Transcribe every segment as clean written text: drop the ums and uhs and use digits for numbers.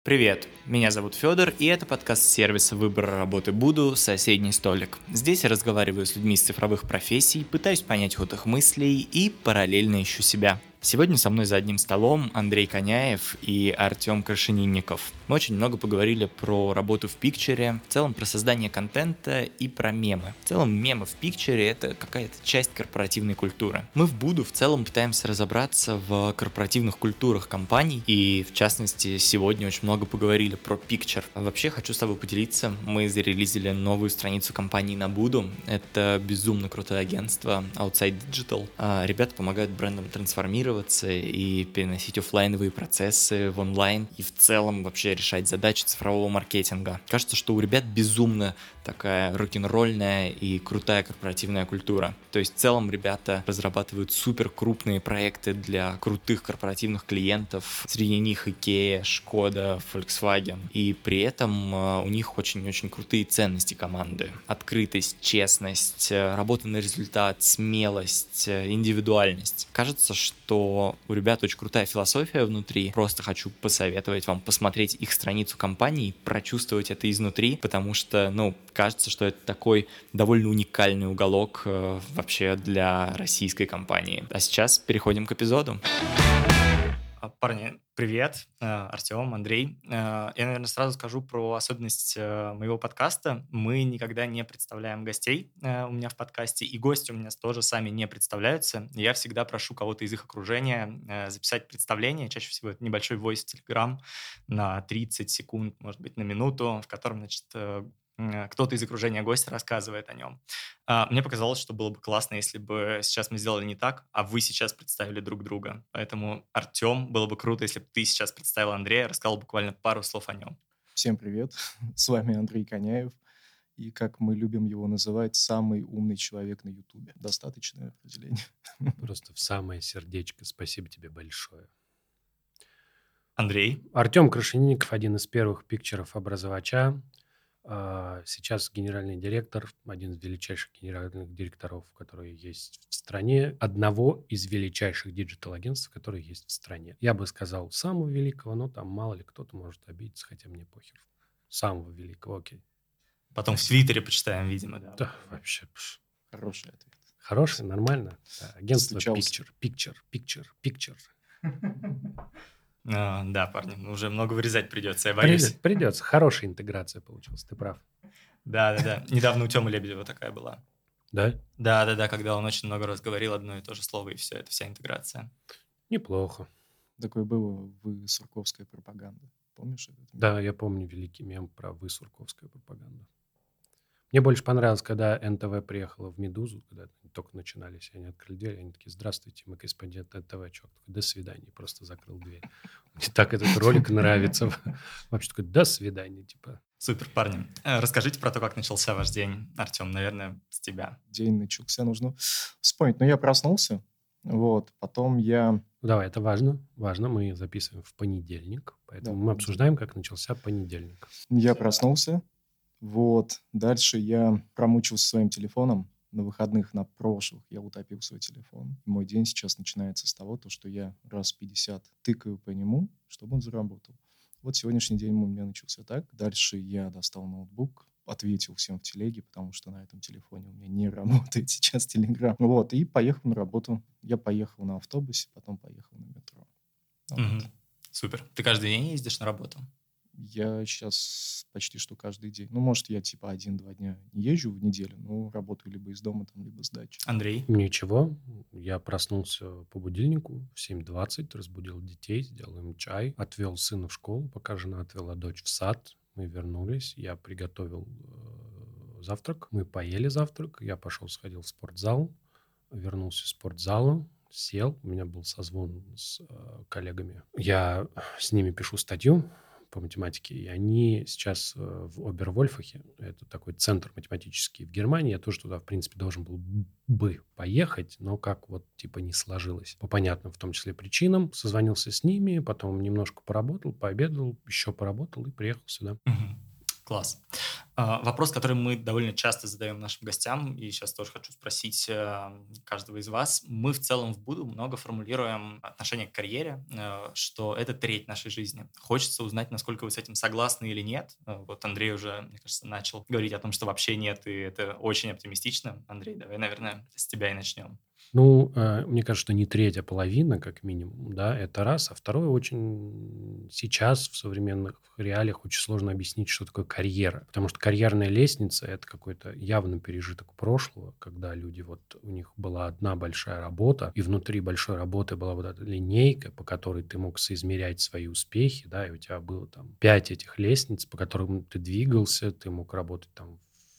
Привет, меня зовут Федор, и это подкаст сервиса выбора работы Буду «Соседний столик». Здесь я разговариваю с людьми из цифровых профессий, пытаюсь понять ход их мыслей и параллельно ищу себя. Сегодня со мной за одним столом Андрей Коняев и Артем Крашенинников. Мы очень много поговорили про работу в Пикчере, в целом про создание контента и про мемы. В целом мемы в Пикчере — это какая-то часть корпоративной культуры. Мы в Буду в целом пытаемся разобраться в корпоративных культурах компаний, и в частности сегодня очень много поговорили про Picture. А вообще хочу с тобой поделиться, мы зарелизили новую страницу компании на Буду. Это безумно крутое агентство Outside Digital. Ребята помогают брендам трансформироваться и переносить офлайновые процессы в онлайн, и в целом вообще решать задачи цифрового маркетинга. Кажется, что у ребят безумно такая рок-н-ролльная и крутая корпоративная культура. То есть в целом ребята разрабатывают супер крупные проекты для крутых корпоративных клиентов. Среди них IKEA, Шкода, Volkswagen. И при этом у них очень-очень крутые ценности команды. Открытость, честность, работа на результат, смелость, индивидуальность. Кажется, что у ребят очень крутая философия внутри. Просто хочу посоветовать вам посмотреть их страницу компании, прочувствовать это изнутри, потому что, кажется, что это такой довольно уникальный уголок вообще для российской компании. А сейчас переходим к эпизоду. Парни, привет, Артем, Андрей. Я, наверное, сразу скажу про особенность моего подкаста. Мы никогда не представляем гостей у меня в подкасте, и гости у меня тоже сами не представляются. Я всегда прошу кого-то из их окружения записать представление. Чаще всего это небольшой войс в Telegram на 30 секунд, может быть, на минуту, в котором, значит, кто-то из окружения гостя рассказывает о нем. Мне показалось, что было бы классно, если бы сейчас мы сделали не так, а вы сейчас представили друг друга. Поэтому, Артем, было бы круто, если бы ты сейчас представил Андрея, рассказал буквально пару слов о нем. Всем привет, с вами Андрей Коняев, и, как мы любим его называть, самый умный человек на Ютубе. Достаточное определение. Просто в самое сердечко. Спасибо тебе большое. Андрей. Артем Крашенинников, один из первых пикчеров образовача. Сейчас генеральный директор, один из величайших генеральных директоров, которые есть в стране, одного из величайших диджитал-агентств, которые есть в стране. Я бы сказал, самого великого, но там мало ли кто-то может обидеться, хотя мне похер. Самого великого, окей. Потом в Твиттере почитаем, видимо, да. Да, вообще. Хороший ответ. Хороший, нормально. Да, агентство Достучался. Picture. Да, парни, уже много вырезать придется, я боюсь. Придется. Хорошая интеграция получилась, ты прав. Да. Недавно у Тёмы Лебедева такая была. Да? Да, когда он очень много раз говорил одно и то же слово, и все, это вся интеграция. Неплохо. Такое было в Сурковская пропаганда. Помнишь этот? Да, я помню великий мем про Сурковскую пропаганду. Мне больше понравилось, когда НТВ приехала в «Медузу», когда они только начинались, они открыли дверь, они такие: «Здравствуйте, мы корреспондент НТВ». Чувак такой: «До свидания», просто закрыл дверь. Мне так этот ролик нравится. Вообще такой: «До свидания», типа. Супер, парни. Расскажите про то, как начался ваш день. Артем, наверное, с тебя. День начался, нужно вспомнить. Я проснулся, потом я... Давай, это важно. Важно, мы записываем в понедельник, поэтому мы обсуждаем, как начался понедельник. Я проснулся, дальше я промучился своим телефоном. На выходных, на прошлых, я утопил свой телефон. Мой день сейчас начинается с того, что я раз 50 тыкаю по нему, чтобы он заработал. Сегодняшний день у меня начался так. Дальше я достал ноутбук, ответил всем в телеге, потому что на этом телефоне у меня не работает сейчас Телеграм. И поехал на работу. Я поехал на автобусе, потом поехал на метро. Супер. Ты каждый день ездишь на работу? Я сейчас почти что каждый день. Может, я 1-2 дня не езжу в неделю, но работаю либо из дома, либо с дачи. Андрей? Ничего. Я проснулся по будильнику в 7:20, разбудил детей, сделал им чай, отвел сына в школу, пока жена отвела дочь в сад. Мы вернулись, я приготовил завтрак, мы поели завтрак, я пошел, сходил в спортзал, вернулся из спортзала, сел, у меня был созвон с коллегами. Я с ними пишу статью по математике, и они сейчас в Обервольфахе, это такой центр математический в Германии, я тоже туда, в принципе, должен был бы поехать, но как не сложилось. По понятным, в том числе, причинам. Созвонился с ними, потом немножко поработал, пообедал, еще поработал и приехал сюда. Класс. Вопрос, который мы довольно часто задаем нашим гостям, и сейчас тоже хочу спросить каждого из вас. Мы в целом в Буду много формулируем отношение к карьере, что это треть нашей жизни. Хочется узнать, насколько вы с этим согласны или нет. Вот Андрей уже, мне кажется, начал говорить о том, что вообще нет, и это очень оптимистично. Андрей, давай, наверное, с тебя и начнем. Ну, мне кажется, что не треть, а половина, как минимум, да, это раз. А второе, очень сейчас в современных реалиях очень сложно объяснить, что такое карьера. Потому что карьерная лестница – это какой-то явный пережиток прошлого, когда люди, вот у них была одна большая работа, и внутри большой работы была вот эта линейка, по которой ты мог соизмерять свои успехи, да, и у тебя было там 5 этих лестниц, по которым ты двигался, ты мог работать там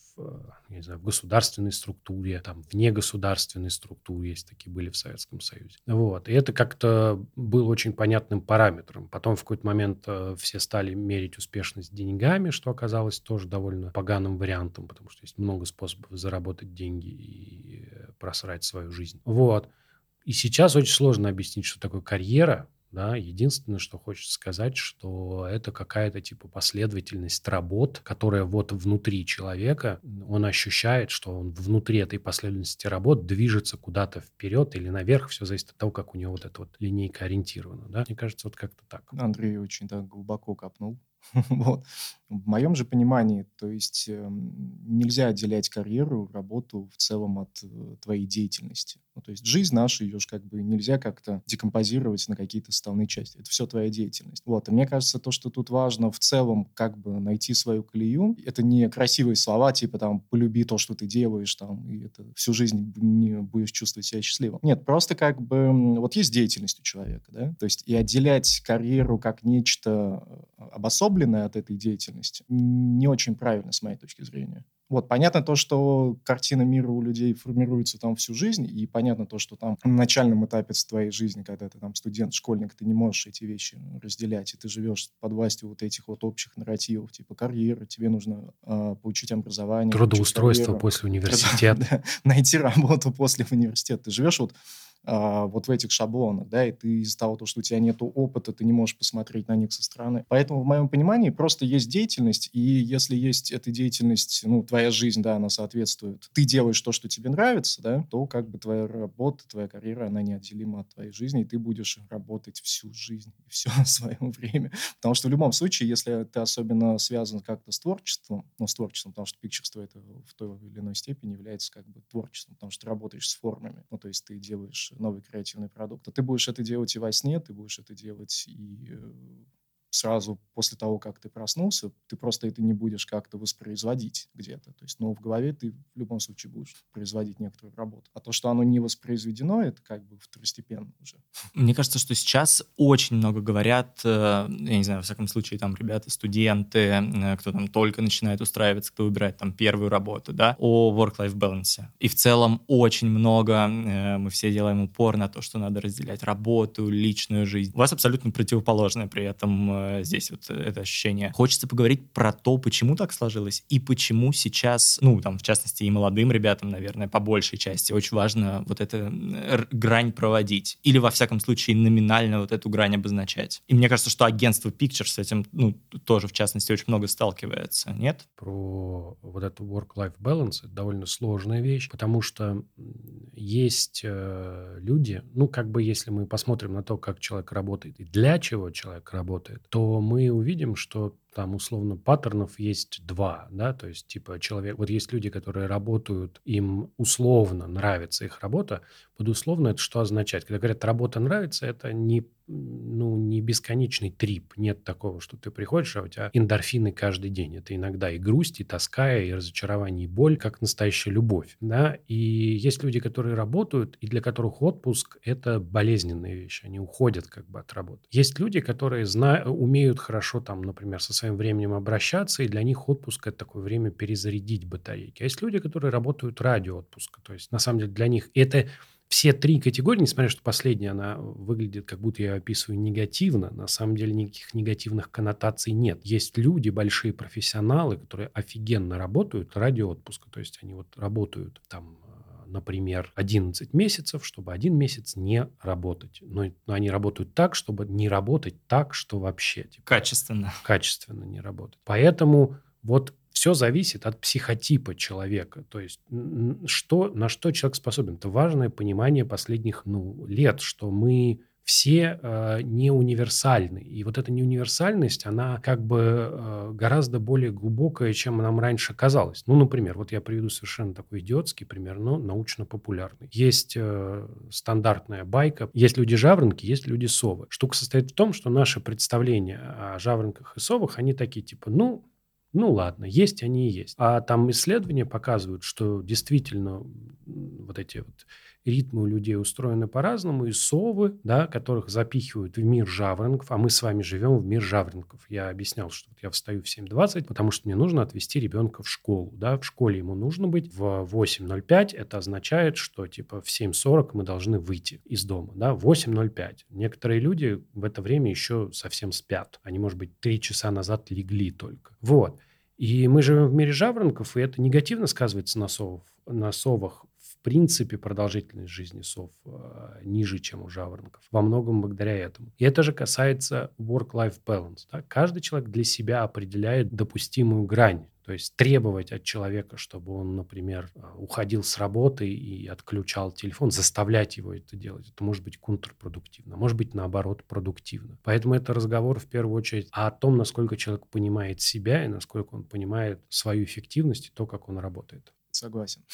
я не знаю, в государственной структуре, там, в негосударственной структуре, есть такие были в Советском Союзе. Вот. И это как-то было очень понятным параметром. Потом в какой-то момент все стали мерить успешность деньгами, что оказалось тоже довольно поганым вариантом, потому что есть много способов заработать деньги и просрать свою жизнь. Вот. И сейчас очень сложно объяснить, что такое карьера. Да, единственное, что хочется сказать, что это какая-то типа последовательность работ, которая вот внутри человека, он ощущает, что он внутри этой последовательности работ движется куда-то вперед или наверх, все зависит от того, как у него вот эта вот линейка ориентирована. Да? Мне кажется, вот как-то так. Андрей очень так глубоко копнул. Вот. В моем же понимании, то есть нельзя отделять карьеру, работу в целом от твоей деятельности. Ну, то есть жизнь наша, ее же как бы нельзя как-то декомпозировать на какие-то составные части. Это все твоя деятельность. Вот. И мне кажется, то, что тут важно в целом как бы найти свою колею, это не красивые слова, типа там «полюби то, что ты делаешь», там, и это всю жизнь не будешь чувствовать себя счастливым. Нет, просто как бы вот есть деятельность у человека, да, то есть и отделять карьеру как нечто обособленное от этой деятельности не очень правильно, с моей точки зрения. Вот, понятно то, что картина мира у людей формируется там всю жизнь, и понятно то, что там на начальном этапе твоей жизни, когда ты там студент, школьник, ты не можешь эти вещи разделять, и ты живешь под властью вот этих вот общих нарративов, типа карьеры, тебе нужно получить образование, Трудоустройство после университета. Найти работу после университета. Ты живешь вот в этих шаблонах, да, и ты из-за того, что у тебя нет опыта, ты не можешь посмотреть на них со стороны. Поэтому, в моем понимании, просто есть деятельность, и если есть эта деятельность, ну, твоя жизнь, да, она соответствует, ты делаешь то, что тебе нравится, да, то как бы твоя работа, твоя карьера, она неотделима от твоей жизни, и ты будешь работать всю жизнь, все свое время. Потому что в любом случае, если ты особенно связан как-то с творчеством, потому что пикчерство это в той или иной степени является как бы творчеством, потому что ты работаешь с формами, ну, то есть ты делаешь новый креативный продукт. А ты будешь это делать и во сне, ты будешь это делать и сразу после того, как ты проснулся, ты просто это не будешь как-то воспроизводить где-то. То есть, но в голове ты в любом случае будешь производить некоторую работу. А то, что оно не воспроизведено, это как бы второстепенно уже. Мне кажется, что сейчас очень много говорят, я не знаю, во всяком случае, там ребята, студенты, кто там только начинает устраиваться, кто выбирает там первую работу, да, о work-life balance. И в целом очень много, мы все делаем упор на то, что надо разделять работу, личную жизнь. У вас абсолютно противоположное при этом здесь вот это ощущение. Хочется поговорить про то, почему так сложилось и почему сейчас, ну, там, в частности, и молодым ребятам, наверное, по большей части очень важно вот эту грань проводить. Или, во всяком случае, номинально вот эту грань обозначать. И мне кажется, что агентство Picture с этим, ну, тоже, в частности, очень много сталкивается, нет? Про вот эту work-life balance это довольно сложная вещь, потому что есть люди, ну, как бы если мы посмотрим на то, как человек работает и для чего человек работает, то мы увидим, что там условно паттернов есть два, да, то есть типа человек, вот есть люди, которые работают, им условно нравится их работа, под условно это что означает? Когда говорят работа нравится, это не бесконечный трип, нет такого, что ты приходишь, а у тебя эндорфины каждый день, это иногда и грусть, и тоска, и разочарование, и боль, как настоящая любовь, да, и есть люди, которые работают, и для которых отпуск – это болезненная вещь, они уходят как бы от работы. Есть люди, которые умеют хорошо там, например, со своим временем обращаться, и для них отпуск – это такое время перезарядить батарейки. А есть люди, которые работают ради отпуска. То есть, на самом деле, для них это все три категории, несмотря на то, что последняя, она выглядит, как будто я ее описываю негативно, на самом деле никаких негативных коннотаций нет. Есть люди, большие профессионалы, которые офигенно работают ради отпуска. То есть, они вот работают там, например, 11 месяцев, чтобы 1 месяц не работать. Но они работают так, чтобы не работать так, что вообще... Качественно. Качественно не работать. Поэтому Вот все зависит от психотипа человека. То есть на что человек способен. Это важное понимание последних лет, что мы все не универсальны. И вот эта неуниверсальность, она как бы гораздо более глубокая, чем нам раньше казалось. Ну, например, вот я приведу совершенно такой идиотский пример, но научно-популярный. Есть стандартная байка. Есть люди-жаворонки, есть люди-совы. Штука состоит в том, что наши представления о жаворонках и совах, они такие типа, ну ладно, есть они и есть. А там исследования показывают, что действительно вот эти вот ритмы у людей устроены по-разному, и совы, да, которых запихивают в мир жаворонков, а мы с вами живем в мир жаворонков. Я объяснял, что вот я встаю в 7:20, потому что мне нужно отвезти ребенка в школу, да, в школе ему нужно быть в 8:05, это означает, что типа в 7:40 мы должны выйти из дома, да, 8:05. Некоторые люди в это время еще совсем спят, они, может быть, 3 часа назад легли только. Вот. И мы живем в мире жаворонков, и это негативно сказывается на совах. В принципе, продолжительность жизни сов ниже, чем у жаворонков. Во многом благодаря этому. И это же касается work-life balance. Да? Каждый человек для себя определяет допустимую грань. То есть требовать от человека, чтобы он, например, уходил с работы и отключал телефон, заставлять его это делать, это может быть контрпродуктивно, может быть, наоборот, продуктивно. Поэтому это разговор в первую очередь о том, насколько человек понимает себя и насколько он понимает свою эффективность и то, как он работает. Согласен.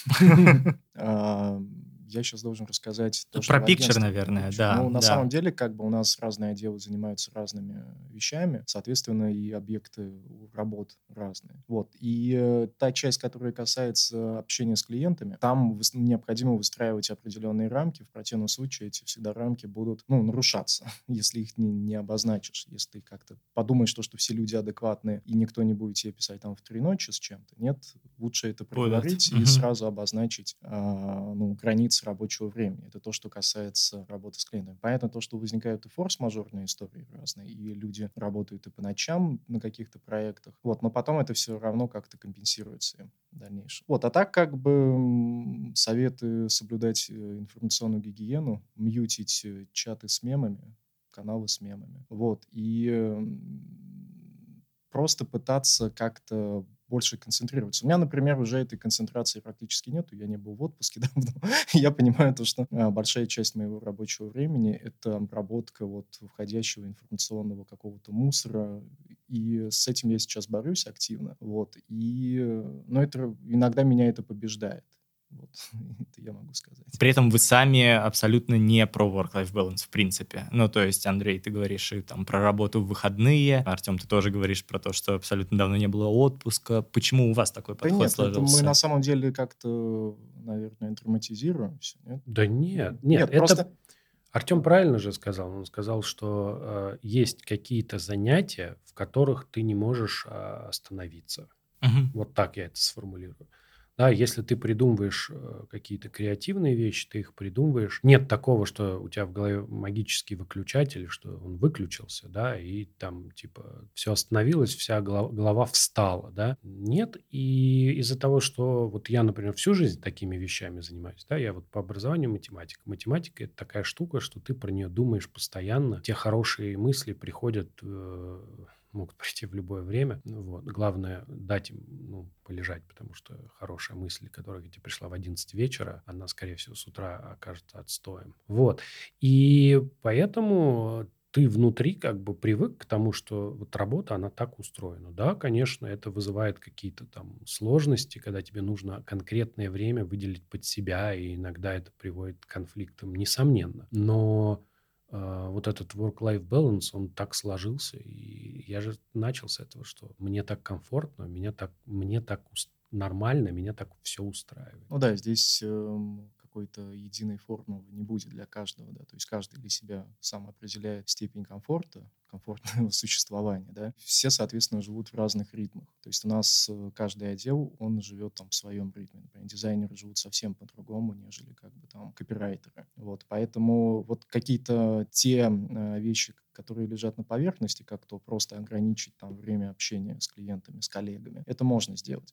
Я сейчас должен рассказать то, что Про в Picture, агентстве наверное, Picture. да, Ну, на да. самом деле, как бы у нас разные отделы занимаются разными вещами, соответственно, и объекты работ разные. Вот. И та часть, которая касается общения с клиентами, там необходимо выстраивать определенные рамки. В противном случае эти всегда рамки будут, нарушаться, если их не обозначишь. Если ты как-то подумаешь, что все люди адекватные, и никто не будет тебе писать там в 3 ночи с чем-то. Нет, лучше это проговорить и сразу обозначить границы рабочего времени. Это то, что касается работы с клиентами. Понятно то, что возникают и форс-мажорные истории разные, и люди работают и по ночам на каких-то проектах. Вот, но потом это все равно как-то компенсируется им в дальнейшем. Вот, а так как бы советы соблюдать информационную гигиену, мьютить чаты с мемами, каналы с мемами. Вот, и просто пытаться как-то больше концентрироваться. У меня, например, уже этой концентрации практически нету. Я не был в отпуске давно. Я понимаю то, что большая часть моего рабочего времени – это обработка вот входящего информационного какого-то мусора. И с этим я сейчас борюсь активно. Вот. Но это иногда меня это побеждает. Вот, это я могу сказать. При этом вы сами абсолютно не про work-life balance в принципе. Ну, то есть, Андрей, ты говоришь и там про работу в выходные. Артем, ты тоже говоришь про то, что абсолютно давно не было отпуска. Почему у вас такой Да подход нет, это мы сложился? на самом деле как-то, наверное, драматизируем все, нет? Да нет, Нет, это просто... Артем правильно же сказал. Он сказал, что есть какие-то занятия, в которых ты не можешь остановиться. Мгм. Вот так я это сформулирую. Да, если ты придумываешь какие-то креативные вещи, ты их придумываешь. Нет такого, что у тебя в голове магический выключатель, что он выключился, да, и там типа все остановилось, вся голова встала, да. Нет, и из-за того, что вот я, например, всю жизнь такими вещами занимаюсь, да, я вот по образованию математик. Математика – это такая штука, что ты про нее думаешь постоянно. Те хорошие мысли приходят могут прийти в любое время. Вот. Главное дать им полежать, потому что хорошая мысль, которая тебе пришла в 11 вечера, она, скорее всего, с утра окажется отстоем. Вот. И поэтому ты внутри как бы привык к тому, что вот работа, она так устроена. Да, конечно, это вызывает какие-то там сложности, когда тебе нужно конкретное время выделить под себя, и иногда это приводит к конфликтам, несомненно. Но вот этот work-life balance, он так сложился, и я же начал с этого, что мне так комфортно, мне так нормально, меня так все устраивает. Ну да, здесь какой-то единой формулы не будет для каждого, да, то есть каждый для себя сам определяет степень комфортного существования, да. Все, соответственно, живут в разных ритмах. То есть у нас каждый отдел, он живет там в своем ритме. Например, дизайнеры живут совсем по-другому, нежели как бы там копирайтеры. Вот, поэтому вот какие-то те вещи, которые лежат на поверхности, как то просто ограничить там время общения с клиентами, с коллегами, это можно сделать.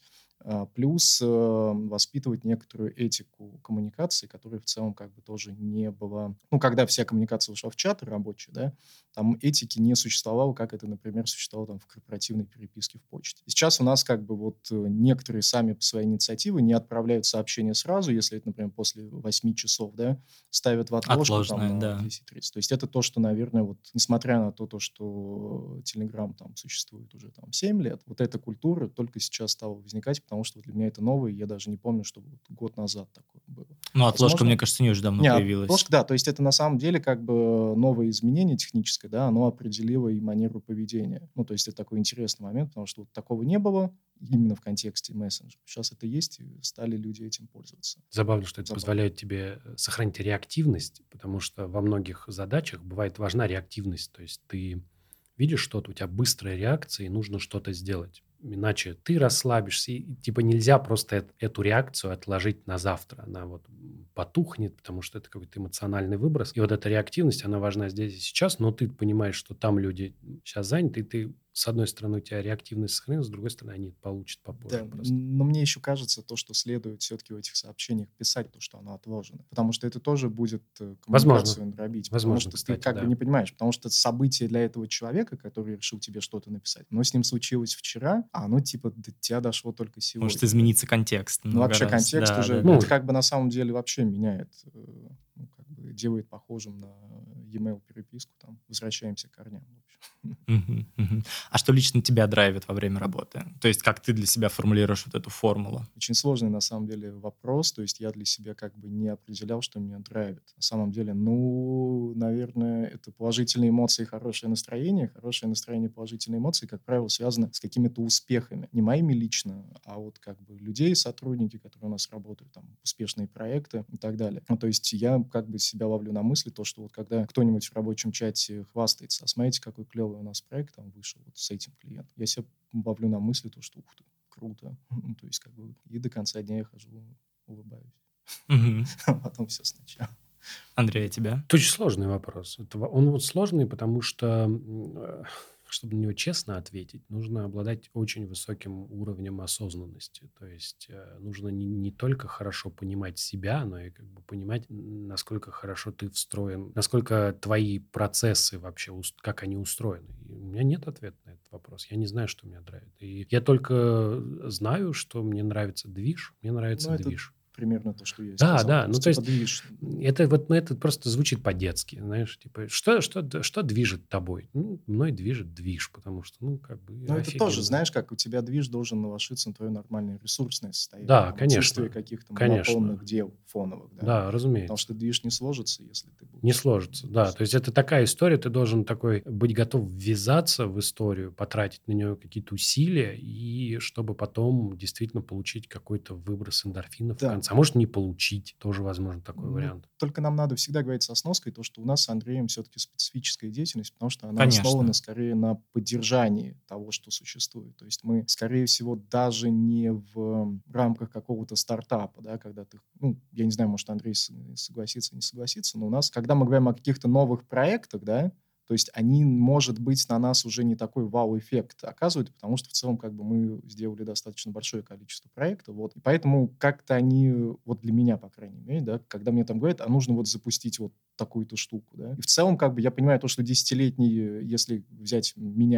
Плюс воспитывать некоторую этику коммуникации, которая в целом как бы тоже не была... Ну, когда вся коммуникация ушла в чаты рабочие, да, там этики не существовало, как это, например, существовало там в корпоративной переписке в почте. Сейчас у нас как бы вот некоторые сами по своей инициативе не отправляют сообщения сразу, если это, например, после 8 часов, да, ставят в отложку там Отложенное, на да. 10:30. То есть это то, что, наверное, вот несмотря на то, что Telegram там существует уже там 7 лет, вот эта культура только сейчас стала возникать, потому что для меня это новое, и я даже не помню, чтобы вот год назад такое было. Ну, отложка, Возможно, мне кажется, не уже давно не, появилась. отложка, да, то есть это на самом деле как бы новое изменение техническое, да, оно определило и манеру поведения. Ну, то есть это такой интересный момент, потому что вот такого не было именно в контексте мессенджеров. Сейчас это есть, и стали люди этим пользоваться. Забавно, что это Забавно. позволяет тебе сохранить реактивность, потому что во многих задачах бывает важна реактивность. То есть ты видишь что-то, у тебя быстрая реакция, и нужно что-то сделать. Иначе ты расслабишься, и типа нельзя просто эту реакцию отложить на завтра. Она вот потухнет, потому что это какой-то эмоциональный выброс. И вот эта реактивность, она важна здесь и сейчас, но ты понимаешь, что там люди сейчас заняты, и ты, с одной стороны, у тебя реактивность сохранилась, с другой стороны, они получат попозже Да, просто. но мне еще кажется то, что следует все-таки в этих сообщениях писать то, что оно отложено. Потому что это тоже будет Возможно. коммуникацию дробить. Потому Возможно, что ты кстати, как бы да. не понимаешь. Потому что событие для этого человека, который решил тебе что-то написать, оно с ним случилось вчера, а оно типа до тебя дошло только сегодня. Может измениться контекст Ну, много вообще раз. контекст Да, уже, да, да. это как бы на самом деле вообще меняет, ну, как бы делает похожим на e-mail переписку, там, возвращаемся к корням, в общем. Мгм, мгм. А что лично тебя драйвит во время работы? То есть как ты для себя формулируешь вот эту формулу? Очень сложный, на самом деле, вопрос. То есть я для себя как бы не определял, что меня драйвит. На самом деле, ну, наверное, это положительные эмоции и хорошее настроение. Хорошее настроение и положительные эмоции, как правило, связаны с какими-то успехами. Не моими лично, а вот как бы людей, сотрудники, которые у нас работают, там, успешные проекты и так далее. Ну, то есть я как бы себя ловлю на мысли, то, что вот когда кто-нибудь в рабочем чате хвастается, а смотрите, какой клевый у нас проект там вышел вот с этим клиентом. Я себя ловлю на мысли, то, что ух ты, круто. Ну, то есть, как бы, и до конца дня я хожу, улыбаюсь. Мгм. А потом все сначала. Андрей, а тебя? Это очень сложный вопрос. Он вот сложный, потому что, чтобы на него честно ответить, нужно обладать очень высоким уровнем осознанности. То есть нужно не только хорошо понимать себя, но и как бы понимать, насколько хорошо ты встроен, насколько твои процессы вообще, как они устроены. И у меня нет ответа на этот вопрос. Я не знаю, что меня драйвит. И я только знаю, что мне нравится движ. Мне нравится Ну, это движ. примерно то, что я и Да, сказал. да, То ну есть, то типа, есть движ. это вот, ну, это просто звучит по-детски, знаешь, типа, что движет тобой? Ну, мной движет движ, потому что, ну, как бы Но это тоже, офигенно. знаешь, как у тебя движ должен наложиться на твое нормальное ресурсное состояние. Да, Там, отсутствие конечно, каких-то конечно. монотонных дел фоновых, да. Да, Потому разумеется. что движ не сложится, если ты будешь... Не сложится, да. То есть это такая история, ты должен такой быть готов ввязаться в историю, потратить на нее какие-то усилия, и чтобы потом действительно получить какой-то выброс эндорфинов в Да. конце. А может, не получить, тоже возможно такой Ну, вариант. только нам надо всегда говорить со сноской то, что у нас с Андреем все-таки специфическая деятельность, потому что она Конечно. основана скорее на поддержании того, что существует. То есть мы, скорее всего, даже не в рамках какого-то стартапа, да, когда ты, ну, я не знаю, может, Андрей согласится, не согласится, но у нас, когда мы говорим о каких-то новых проектах, да, то есть они, может быть, на нас уже не такой вау-эффект оказывают, потому что в целом как бы мы сделали достаточно большое количество проектов, вот. И поэтому как-то они, вот для меня, по крайней мере, да, когда мне там говорят, а нужно вот запустить вот такую-то штуку, да. И в целом как бы я понимаю то, что десятилетний, если взять меня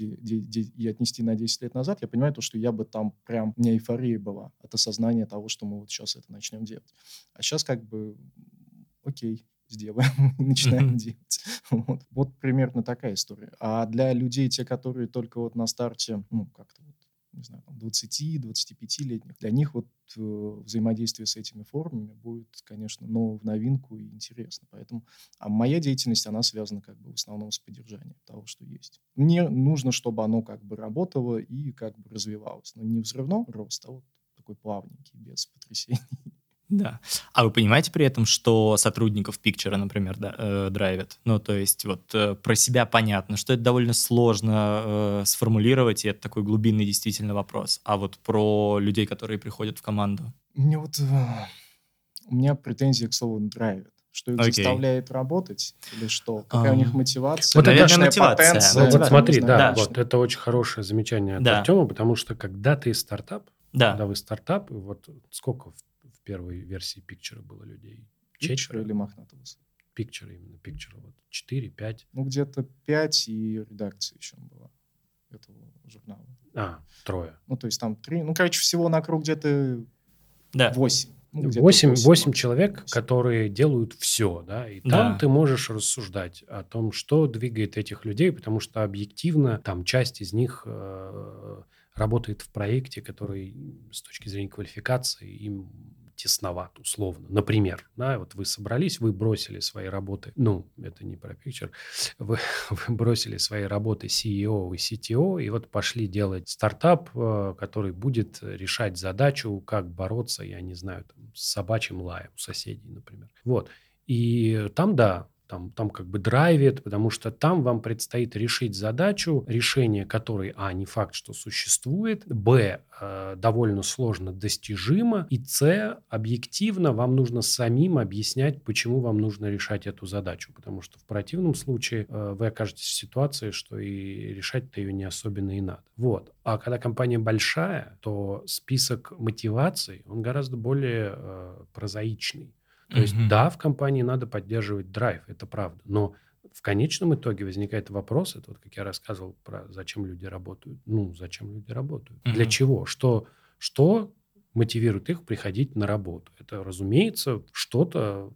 и отнести на 10 лет назад, я понимаю то, что я бы там прям, у меня эйфория была от осознания того, что мы вот сейчас это начнем делать. А сейчас как бы окей, сделаем и начинаем Мгм. делать. Вот примерно такая история. А для людей, те, которые только вот на старте, ну, как-то вот, не знаю, там 20-25-летних, для них вот взаимодействие с этими формами будет, конечно, в новинку и интересно. Поэтому, а моя деятельность, она связана как бы в основном с поддержанием того, что есть. Мне нужно, чтобы оно как бы работало и как бы развивалось. Но не взрывной рост, а вот такой плавненький, без потрясений. Да. А вы понимаете при этом, что сотрудников Пикчера, например, драйвит? Ну, то есть вот про себя понятно, что это довольно сложно сформулировать, и это такой глубинный действительно вопрос. А вот про людей, которые приходят в команду? Мне вот у меня претензии к слову «драйвит». Что их Окей. заставляет работать? Или что? Какая у них мотивация? Вот это- Наверное, личная мотивация. потенция? Ну, вот Мотивация. смотри, Не да, знаю, да. вот это очень хорошее замечание от Да. Артема, потому что когда ты стартап, когда Да. вы стартап, и вот сколько в первой версии Picture было людей? Picture или Мохнатовус? Picture именно, Picture. Вот 4, 5. Ну, где-то 5, и редакция еще была этого журнала. 3. Ну, то есть там 3. Ну, короче, всего на круг где-то Да. 8. Ну, где-то 8 8 человек, 8. которые делают все, да, и Да. там ты можешь рассуждать о том, что двигает этих людей, потому что объективно там часть из них работает в проекте, который с точки зрения квалификации им тесноват, условно. Например, да, вот вы собрались, вы бросили свои работы, ну, это не про Picture, вы бросили свои работы CEO и CTO, и вот пошли делать стартап, который будет решать задачу, как бороться, я не знаю, там, с собачьим лаем у соседей, например. Вот. И там, да, там как бы драйвит, потому что там вам предстоит решить задачу, решение которой, не факт, что существует, довольно сложно достижимо, и объективно вам нужно самим объяснять, почему вам нужно решать эту задачу, потому что в противном случае вы окажетесь в ситуации, что и решать-то ее не особенно и надо. Вот. А когда компания большая, то список мотиваций, он гораздо более прозаичный. То есть, Мгм. да, в компании надо поддерживать драйв, это правда, но в конечном итоге возникает вопрос, это вот как я рассказывал про зачем люди работают. Ну, зачем люди работают? Для Мгм. чего? Что мотивирует их приходить на работу? Это, разумеется, что-то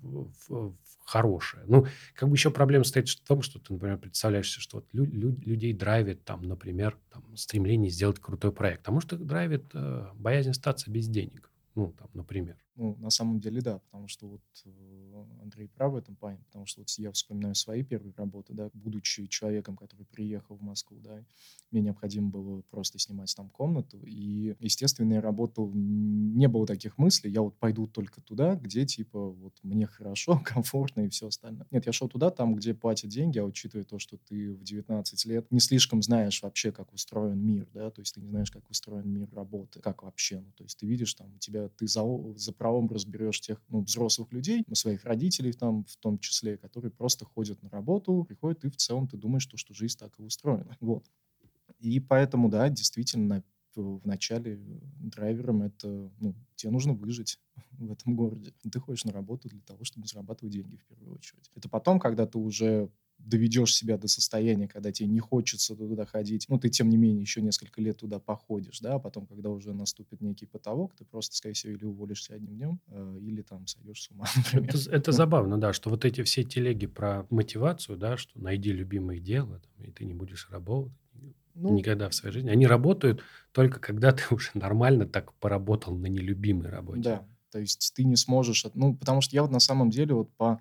хорошее. Ну, как бы еще проблема стоит в том, что ты, например, представляешь себе, что вот людей драйвит, там, например, там, стремление сделать крутой проект. А может, их драйвит боязнь остаться без денег. Ну, там, например. Ну, на самом деле, да, потому что вот Андрей прав в этом плане, потому что вот я вспоминаю свои первые работы, да, будучи человеком, который приехал в Москву, да, мне необходимо было просто снимать там комнату, и, естественно, я работал, не было таких мыслей, я вот пойду только туда, где, типа, вот мне хорошо, комфортно и все остальное. Нет, я шел туда, там, где платят деньги, а учитывая то, что ты в 19 лет не слишком знаешь вообще, как устроен мир, да, то есть ты не знаешь, как устроен мир работы, как вообще, ну, то есть ты видишь, там, у тебя, ты за правом разберешь тех, ну, взрослых людей, своих родителей там, в том числе, которые просто ходят на работу, приходят, и в целом ты думаешь, что жизнь так и устроена. Вот. И поэтому, да, действительно, в начале драйвером это, ну, тебе нужно выжить в этом городе. Ты ходишь на работу для того, чтобы зарабатывать деньги в первую очередь. Это потом, когда ты уже доведешь себя до состояния, когда тебе не хочется туда ходить, ну, ты, тем не менее, еще несколько лет туда походишь, да, а потом, когда уже наступит некий потолок, ты просто, скорее всего, или уволишься одним днем, или там сойдешь с ума, например. Это забавно, да, что вот эти все телеги про мотивацию, да, что найди любимое дело, там, и ты не будешь работать Ну, никогда в своей жизни. Они работают только когда ты уже нормально так поработал на нелюбимой работе. да, то есть ты не сможешь, ну, потому что я вот на самом деле вот по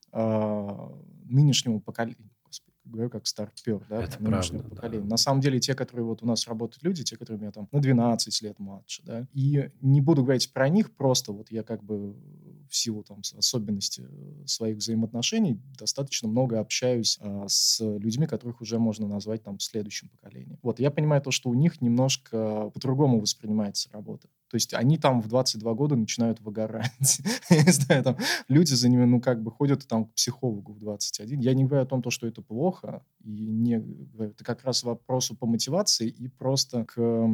нынешнему поколению, господи, говорю как старпер, да, Это по нынешнему правда, да. поколению. На самом деле те, которые вот у нас работают люди, те, которые меня там на 12 лет младше, да, и не буду говорить про них, просто вот я как бы в силу там особенностей своих взаимоотношений достаточно много общаюсь с людьми, которых уже можно назвать там следующим поколением. Вот, я понимаю то, что у них немножко по-другому воспринимается работа. То есть они там в 22 года начинают выгорать. Я не знаю, там люди за ними, ну, как бы ходят там к психологу в 21. Я не говорю о том, что это плохо, и не говорю, это как раз вопросу по мотивации и просто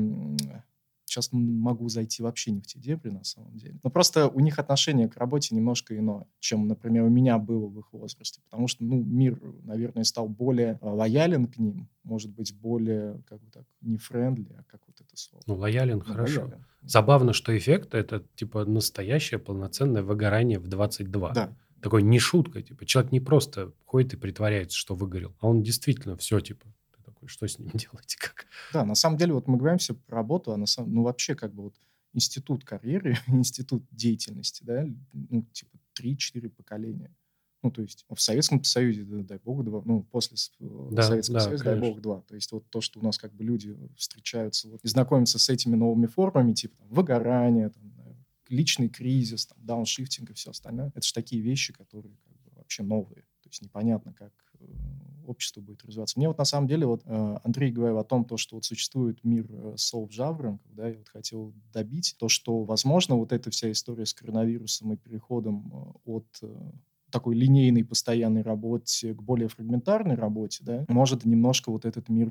сейчас могу зайти вообще не в те дебри, на самом деле. Но просто у них отношение к работе немножко иное, чем, например, у меня было в их возрасте. Потому что, ну, мир, наверное, стал более лоялен к ним, может быть, более, как бы так, не френдли, а как вот это слово? Ну, лоялен, Ну, хорошо. лоялен. Забавно, что эффект – это, типа, настоящее полноценное выгорание в 22. Да. Такой не шутка, типа, человек не просто ходит и притворяется, что выгорел, а он действительно все, типа, ты такой, что с ним делать, как? Да, на самом деле, вот мы говорим все про работу, а ну, вообще, как бы вот институт карьеры, институт деятельности, да, ну, типа 3-4 поколения. Ну, то есть в Советском Союзе, дай бог, два, ну, после Да, Советского да, Союза, дай конечно. бог, два. То есть вот то, что у нас как бы люди встречаются вот, и знакомятся с этими новыми формами, типа там, выгорания, там, личный кризис, там, дауншифтинг и все остальное. Это же такие вещи, которые как бы вообще новые. То есть непонятно, как общество будет развиваться. Мне вот на самом деле, вот Андрей говорил о том, то, что вот существует мир солв-жаворонков, да, я вот хотел добить то, что, возможно, вот эта вся история с коронавирусом и переходом от такой линейной постоянной работе к более фрагментарной работе, да, может немножко вот этот мир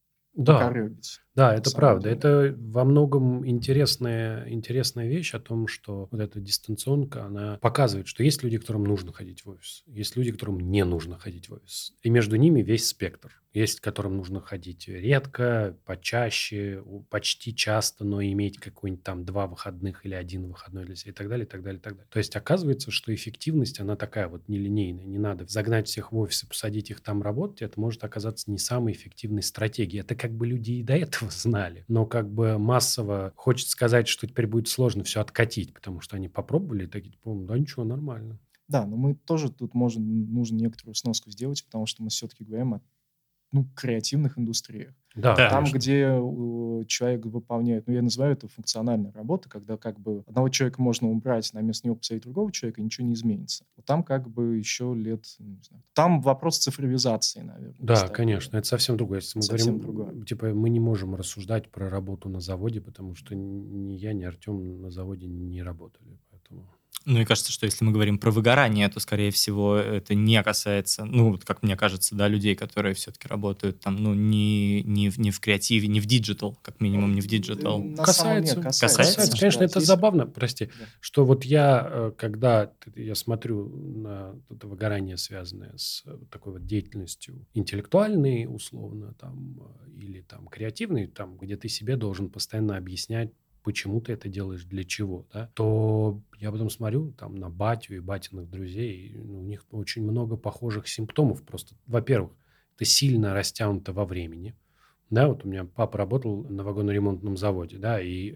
Да, покорёбить да, на это самом правда. деле. Это во многом интересная вещь о том, что вот эта дистанционка, она показывает, что есть люди, которым нужно ходить в офис, есть люди, которым не нужно ходить в офис. И между ними весь спектр. Есть, которым нужно ходить редко, почаще, почти часто, но иметь какой-нибудь там 2 выходных или 1 выходной для себя и так далее, и так далее, и так далее. То есть оказывается, что эффективность, она такая вот нелинейная. Не надо загнать всех в офис и посадить их там работать. Это может оказаться не самой эффективной стратегией. Это как бы люди и до этого знали. Но как бы массово хочется сказать, что теперь будет сложно все откатить, потому что они попробовали и такие, типа, да ничего, нормально. Да, но мы тоже тут нужно некоторую сноску сделать, потому что мы все-таки говорим о креативных индустриях. Да, Да. Там, конечно. где человек выполняет, я называю это функциональная работа, когда как бы одного человека можно убрать, на место него посадить другого человека, и ничего не изменится. Вот там как бы еще лет, не знаю, там вопрос цифровизации, наверное, Да, встает. конечно, это совсем другое. Если мы Совсем говорим, другое. типа, мы не можем рассуждать про работу на заводе, потому что ни я, ни Артем на заводе не работали, поэтому... Ну, и кажется, что если мы говорим про выгорание, то, скорее всего, это не касается, ну, вот как мне кажется, да, людей, которые все-таки работают там, ну, не в креативе, не в диджитал, как минимум не в диджитал. На самом деле Касается? Конечно, да, это здесь- забавно, прости, да. что вот я, когда я смотрю на это выгорание, связанное с такой вот деятельностью интеллектуальной, условно, там, или там креативной, там, где ты себе должен постоянно объяснять, почему ты это делаешь, для чего, да, то я потом смотрю там на батю и батиных друзей, и, у них очень много похожих симптомов просто. Во-первых, это сильно растянуто во времени. Да, вот у меня папа работал на вагоноремонтном заводе, да, и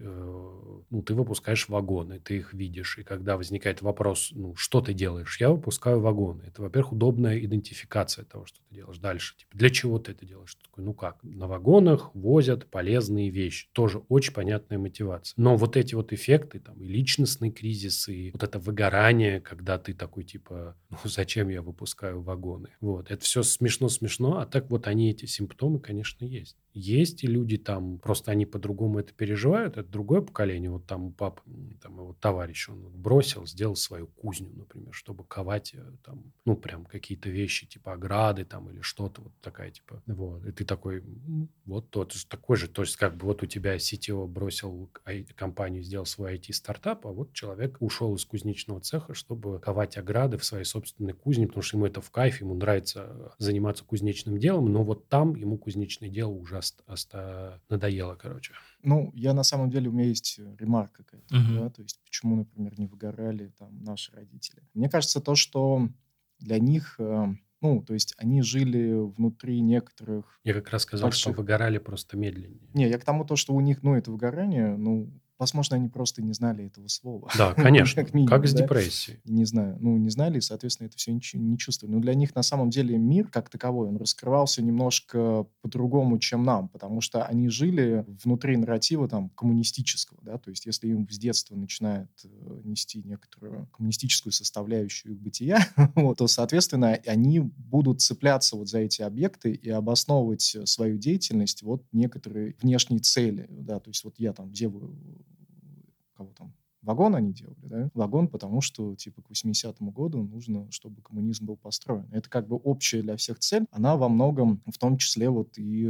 ты выпускаешь вагоны, ты их видишь, и когда возникает вопрос, что ты делаешь, я выпускаю вагоны. Это, во-первых, удобная идентификация того, что ты делаешь дальше. Типа, для чего ты это делаешь? Ты такой, как? На вагонах возят полезные вещи. Тоже очень понятная мотивация. Но вот эти вот эффекты, там, и личностный кризис, и вот это выгорание, когда ты такой, типа, зачем я выпускаю вагоны? Вот, это все смешно-смешно, а так вот они, эти симптомы, конечно, есть. Есть и люди там, просто они по-другому это переживают, это другое поколение. Вот там у папы, там его товарищ, он бросил, сделал свою кузню, например, чтобы ковать там, прям какие-то вещи, типа ограды там или что-то вот такая, типа, вот. И ты такой, вот тот же такой же, то есть как бы вот у тебя CTO бросил компанию, сделал свой IT-стартап, а вот человек ушел из кузнечного цеха, чтобы ковать ограды в своей собственной кузне, потому что ему это в кайф, ему нравится заниматься кузнечным делом, но вот там ему кузнечное дело уже надоело, короче. Я на самом деле, у меня есть ремарка какая-то, Мгм. да, то есть почему, например, не выгорали там наши родители. Мне кажется, то, что для них, то есть они жили внутри некоторых Я как раз сказал, что больших... выгорали просто медленнее. Не, я к тому, то, что у них, это выгорание, возможно, они просто не знали этого слова. Да, конечно, Как минимум, как с да. депрессией. Не знаю, не знали, и, соответственно, это все не чувствовали. Но для них, на самом деле, мир как таковой, он раскрывался немножко по-другому, чем нам, потому что они жили внутри нарратива там коммунистического, да, то есть если им с детства начинает нести некоторую коммунистическую составляющую их бытия, то, соответственно, они будут цепляться вот за эти объекты и обосновывать свою деятельность вот некоторые внешние цели, да, то есть вот я там делаю кого там, вагон они делали, да? Вагон, потому что, типа, к 80-му году нужно, чтобы коммунизм был построен. Это как бы общая для всех цель. Она во многом, в том числе, вот и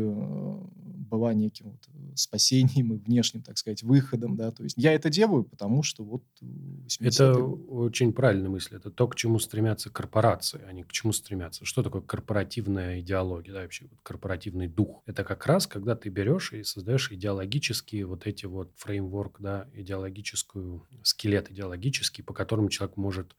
была неким вот спасением и внешним, так сказать, выходом, да? То есть я это делаю, потому что вот 80-й Это год. очень правильная мысль. Это то, к чему стремятся корпорации, они к чему стремятся. Что такое корпоративная идеология, да, вообще вот корпоративный дух? Это как раз, когда ты берешь и создаешь идеологические вот эти вот фреймворк, да, скелет идеологический, по которому человек может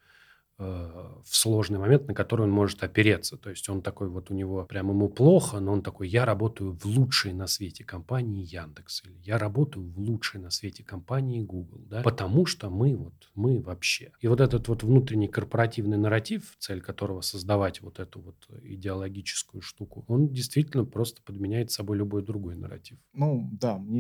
в сложный момент, на который он может опереться. То есть он такой вот, у него прям ему плохо, но он такой, я работаю в лучшей на свете компании Яндекс, или я работаю в лучшей на свете компании Google, да, потому что мы вообще. И вот этот вот внутренний корпоративный нарратив, цель которого создавать вот эту вот идеологическую штуку, он действительно просто подменяет собой любой другой нарратив. Да, мне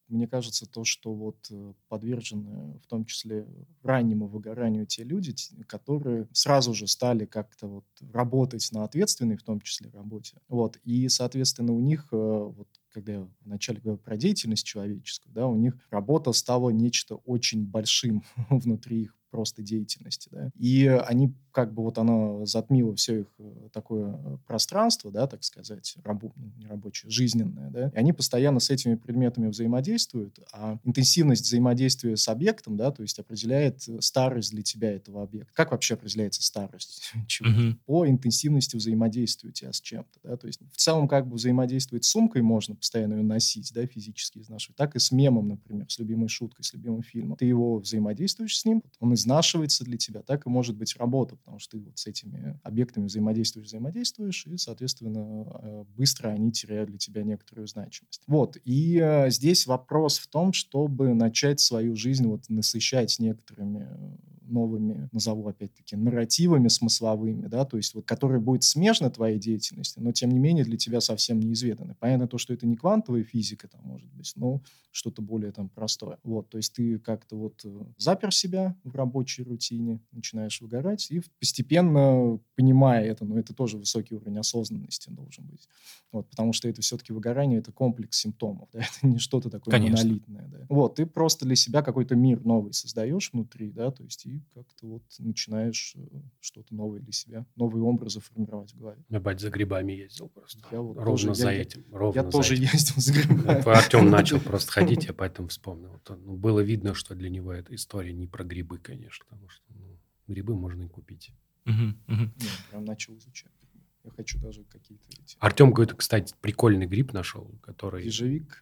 мне кажется, то, что вот подвержены в том числе раннему выгоранию те люди, которые сразу же стали как-то вот работать на ответственной, в том числе, работе. Вот. И, соответственно, у них, вот когда я вначале говорил про деятельность человеческую, да, у них работа стала нечто очень большим внутри их просто деятельности, да. И они как бы вот она затмила все их такое пространство, да, так сказать, не рабочее, жизненное, да. И они постоянно с этими предметами взаимодействуют, а интенсивность взаимодействия с объектом, да, то есть определяет старость для тебя этого объекта. Как вообще определяется старость чего-то? Мгм. По интенсивности взаимодействия у тебя с чем-то, да, то есть в целом как бы взаимодействовать с сумкой можно постоянно ее носить, да, физически изнашивать, так и с мемом, например, с любимой шуткой, с любимым фильмом. Ты его взаимодействуешь с ним, он изнашивается для тебя, так и может быть работа, потому что ты вот с этими объектами взаимодействуешь, и, соответственно, быстро они теряют для тебя некоторую значимость. Вот, и здесь вопрос в том, чтобы начать свою жизнь вот насыщать некоторыми новыми, назову опять-таки, нарративами смысловыми, да, то есть вот, которые будут смежны твоей деятельности, но тем не менее для тебя совсем неизведаны. Понятно то, что это не квантовая физика, там, может быть, но что-то более там простое. Вот, то есть ты как-то вот запер себя в рабочей рутине, начинаешь выгорать и постепенно, понимая это, но это тоже высокий уровень осознанности должен быть. Вот, потому что это все-таки выгорание, это комплекс симптомов, да, это не что-то такое Конечно. монолитное, да. Вот, ты просто для себя какой-то мир новый создаешь внутри, да, то есть и как-то вот начинаешь что-то новое для себя, новые образы формировать в голове. Я, бать, за грибами ездил просто. Я вот Ровно тоже, за я этим. Ровно за тоже этим. ездил за грибами. Артем начал просто ходить, я поэтому вспомнил. Было видно, что для него эта история не про грибы, конечно, потому что грибы можно и купить. Мгм, мгм. Не, прям начал изучать. Я хочу даже какие-то эти... Артем какой-то, кстати, прикольный гриб нашел, который... Ежевик.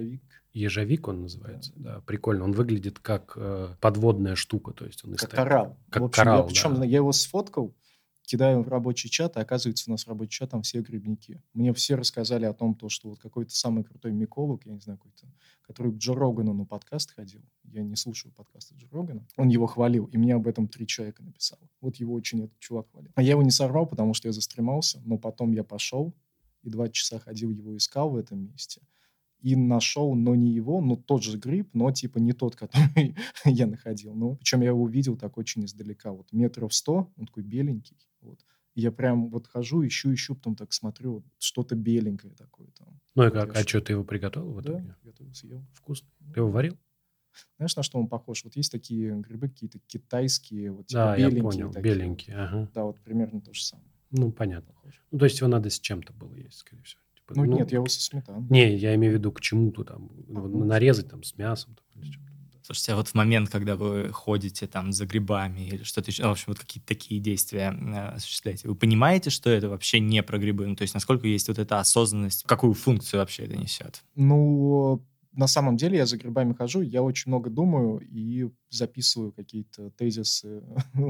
Ежевик он называется, да. Прикольно. Он выглядит как подводная штука, то есть он Как коралл. Как В общем, коралл, причем да. я его сфоткал, кидаю в рабочий чат, а оказывается, у нас рабочий чат, там все грибники. Мне все рассказали о том, что вот какой-то самый крутой миколог, я не знаю, какой-то, который к Джо Рогану на подкаст ходил. Я не слушаю подкасты Джо Рогана. Он его хвалил, и мне об этом 3 человека написало. Вот его очень этот чувак хвалил. А я его не сорвал, потому что я застремался, но потом я пошел и 2 часа ходил, его искал в этом месте. И нашел, но не его, но тот же гриб, но типа не тот, который я находил. Ну, причем я его увидел так очень издалека, вот 100 метров, он такой беленький, вот. И я прям вот хожу, ищу, потом так смотрю, вот что-то беленькое такое там. Ну и Вот как? я А шел. что, ты его приготовил в Да, итоге? готовил, съел. Вкусно. Ты его варил? Знаешь, на что он похож? Вот есть такие грибы какие-то китайские, вот типа Да, я беленькие понял. такие. Беленький, ага. Да, вот примерно то же самое. Ну, понятно. Похоже. Ну, то есть его надо с чем-то было есть, скорее всего. Типа, Ну, нет, я его со сметаной. Не, я имею в виду к чему-то там. Его ну, нарезать там с мясом. Там, или с чем-то. Слушайте, а вот в момент, когда вы ходите там за грибами или что-то еще, в общем, вот какие-то такие действия осуществляете, вы понимаете, что это вообще не про грибы? Ну, то есть насколько есть вот эта осознанность, какую функцию вообще это несет? Ну, на самом деле я за грибами хожу, я очень много думаю и записываю какие-то тезисы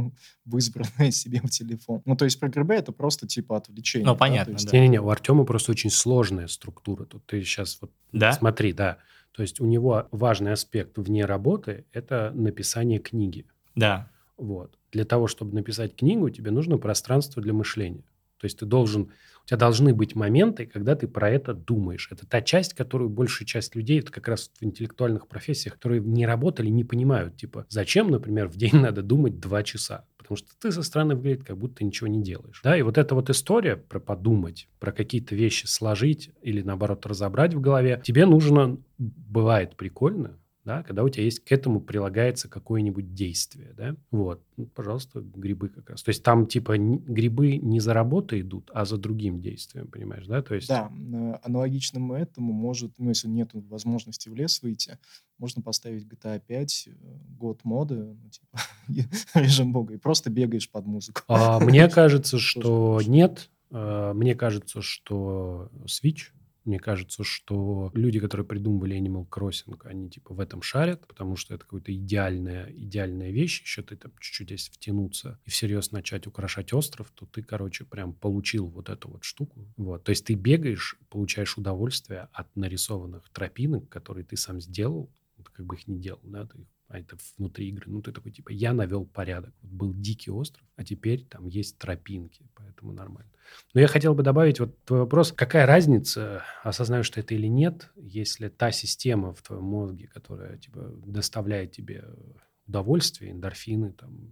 в избранное себе в телефон. Ну, то есть про грибы это просто типа отвлечение. Ну, да, понятно, то есть да. Не-не-не, у Артема просто очень сложная структура. Тут ты сейчас вот Да? смотри, да. То есть у него важный аспект вне работы – это написание книги. Да. Вот. Для того, чтобы написать книгу, тебе нужно пространство для мышления. То есть у тебя должны быть моменты, когда ты про это думаешь. Это та часть, которую большая часть людей, это как раз в интеллектуальных профессиях, которые не работали, не понимают. Типа, зачем, например, в день надо думать 2 часа? Потому что ты со стороны выглядит, как будто ты ничего не делаешь. Да, и вот эта вот история про подумать, про какие-то вещи сложить или, наоборот, разобрать в голове, тебе нужно, бывает прикольно, да, когда у тебя есть к этому прилагается какое-нибудь действие, да, вот, ну, пожалуйста, грибы как раз. То есть там типа грибы не за работой идут, а за другим действием, понимаешь, да, то есть... Да, аналогичным этому может, ну, если нет возможности в лес выйти, можно поставить GTA 5, год моды, ну, типа, режим бога, и просто бегаешь под музыку. Мне кажется, что хорошо. нет. Мне кажется, что Switch. Мне кажется, что люди, которые придумывали Animal Crossing, они типа в этом шарят, потому что это какая-то идеальная вещь. Еще ты там чуть-чуть здесь втянуться и всерьез начать украшать остров, то ты, короче, прям получил вот эту вот штуку. Вот. То есть ты бегаешь, получаешь удовольствие от нарисованных тропинок, которые ты сам сделал. Ты как бы их не делал, да, ты их а это внутри игры. Ну, ты такой, типа, я навел порядок. Вот был дикий остров, а теперь там есть тропинки, поэтому нормально. Но я хотел бы добавить вот твой вопрос. Какая разница, осознаешь ты это или нет, если та система в твоем мозге, которая, типа, доставляет тебе удовольствие, эндорфины, там,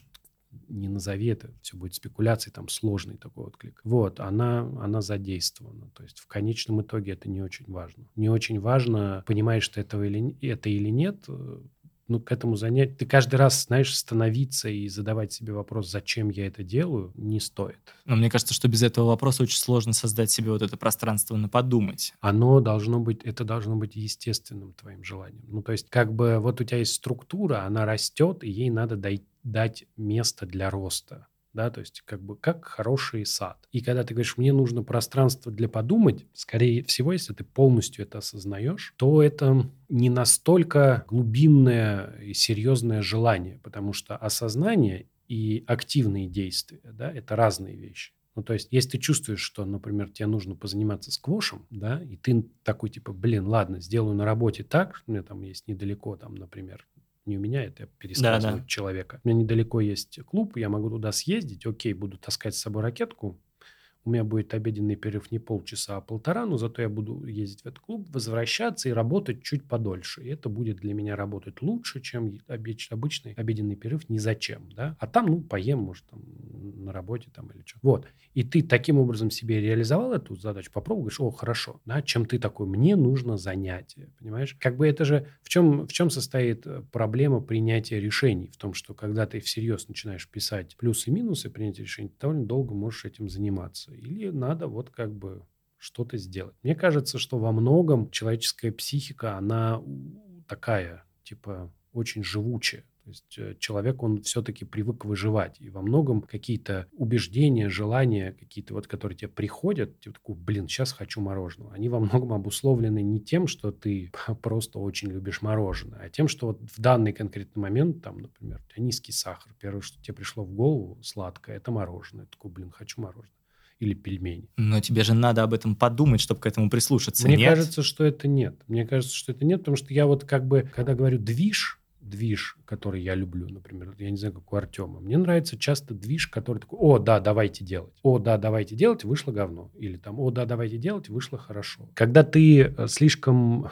не назови это, все будет спекуляцией, там сложный такой отклик. Вот, она задействована. То есть в конечном итоге это не очень важно. Не очень важно, понимаешь ты это или нет, ну, к этому занять. Ты каждый раз, знаешь, становиться и задавать себе вопрос, зачем я это делаю, не стоит. Но мне кажется, что без этого вопроса очень сложно создать себе вот это пространство на подумать. Это должно быть естественным твоим желанием. Ну, то есть, как бы, вот у тебя есть структура, она растет, и ей надо дать место для роста. Да, то есть, как бы, как хороший сад. И когда ты говоришь, мне нужно пространство для подумать, скорее всего, если ты полностью это осознаешь, то это не настолько глубинное и серьезное желание, потому что осознание и активные действия, да, это разные вещи. Ну, то есть, если ты чувствуешь, что, например, тебе нужно позаниматься сквошем, да, и ты такой, типа, блин, ладно, сделаю на работе так, у меня там есть недалеко, там, например, не у меня, это я пересказываю человека. У меня недалеко есть клуб, я могу туда съездить, окей, буду таскать с собой ракетку, у меня будет обеденный перерыв не полчаса, а 1,5, но зато я буду ездить в этот клуб, возвращаться и работать чуть подольше. И это будет для меня работать лучше, чем обычный обеденный перерыв ни зачем. Да? А там, поем, может, там, на работе там, или что. Вот. И ты таким образом себе реализовал эту задачу, попробуй, говоришь, о, хорошо, да, чем ты такой, мне нужно занятие, понимаешь? Как бы это же, в чем состоит проблема принятия решений? В том, что когда ты всерьез начинаешь писать плюсы и минусы принятия решений, ты довольно долго можешь этим заниматься. Или надо вот как бы что-то сделать. Мне кажется, что во многом человеческая психика, она такая, типа, очень живучая. То есть человек, он все-таки привык выживать. И во многом какие-то убеждения, желания какие-то, вот, которые тебе приходят, типа такой, блин, сейчас хочу мороженого. Они во многом обусловлены не тем, что ты просто очень любишь мороженое, а тем, что вот в данный конкретный момент, там, например, у тебя низкий сахар. Первое, что тебе пришло в голову, сладкое, это мороженое. Ты такой, блин, хочу мороженое. Или пельмени. Но тебе же надо об этом подумать, чтобы к этому прислушаться. Мне нет? кажется, что это нет. Мне кажется, что это нет, потому что я вот как бы, когда говорю движ, который я люблю, например, я не знаю, как у Артема, мне нравится часто движ, который такой, о, да, давайте делать. О, да, давайте делать, вышло говно. Или там, о, да, давайте делать, вышло хорошо. Когда ты слишком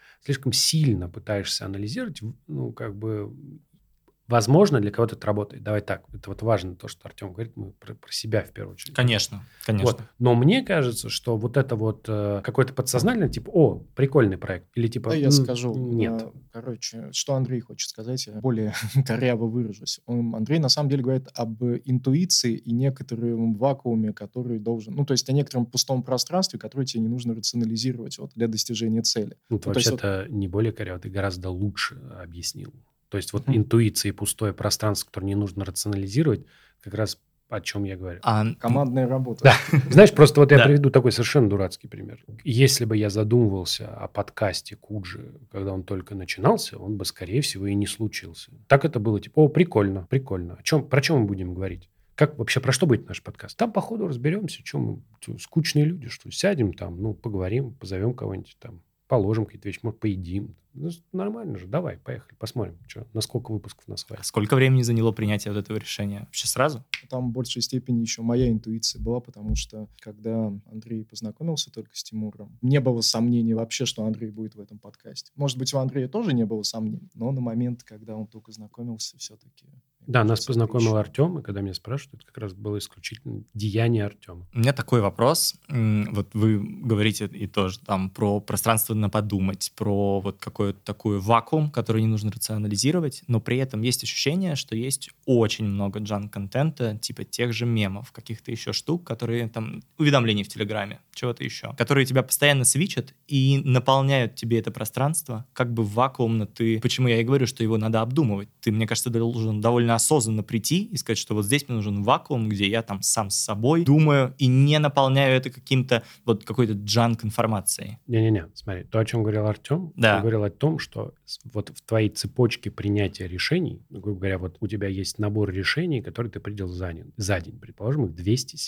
сильно пытаешься анализировать, как бы... Возможно, для кого-то это работает. Давай так. Это вот важно, то, что Артем говорит, мы про себя в первую очередь. Конечно. Вот. Но мне кажется, что вот это вот какое-то подсознательное, типа, о, прикольный проект. Или типа, да, я скажу. Нет. Короче, что Андрей хочет сказать, я более коряво выражусь. Андрей на самом деле говорит об интуиции и некотором вакууме, который должен... Ну, то есть о некотором пустом пространстве, которое тебе не нужно рационализировать вот, для достижения цели. Вообще-то не более коряво, ты гораздо лучше объяснил. То есть вот интуиция и пустое пространство, которое не нужно рационализировать, как раз о чем я говорю. Командная работа. Да. Знаешь, просто вот я приведу такой совершенно дурацкий пример. Если бы я задумывался о подкасте Куджи, когда он только начинался, он бы, скорее всего, и не случился. Так это было типа, о, прикольно. Про чем мы будем говорить? Как вообще, про что будет наш подкаст? Там, походу, разберемся, скучные люди, что сядем там, поговорим, позовем кого-нибудь там, положим какие-то вещи, может, поедим. Нормально же, давай, поехали, посмотрим, на сколько выпусков нас хватит. Сколько времени заняло принятие вот этого решения? Вообще сразу? Там в большей степени еще моя интуиция была, потому что когда Андрей познакомился только с Тимуром, не было сомнений вообще, что Андрей будет в этом подкасте. Может быть, у Андрея тоже не было сомнений, но на момент, когда он только знакомился, все-таки... Да, нас познакомил Артем, и когда меня спрашивают, это как раз было исключительно деяние Артема. У меня такой вопрос. Вот вы говорите и тоже там про пространство на подумать, про вот какой-то такой вакуум, который не нужно рационализировать, но при этом есть ощущение, что есть очень много джанк-контента, типа тех же мемов, каких-то еще штук, которые там, уведомлений в Телеграме, чего-то еще, которые тебя постоянно свитчат и наполняют тебе это пространство, как бы вакуумно ты... Почему я и говорю, что его надо обдумывать. Ты, мне кажется, должен довольно осознанно прийти и сказать, что вот здесь мне нужен вакуум, где я там сам с собой думаю и не наполняю это какой-то джанк информацией. Не-не-не, смотри, то, о чем говорил Артем, да. Он говорил о том, что вот в твоей цепочке принятия решений, грубо говоря, вот у тебя есть набор решений, которые ты принял за день, предположим, их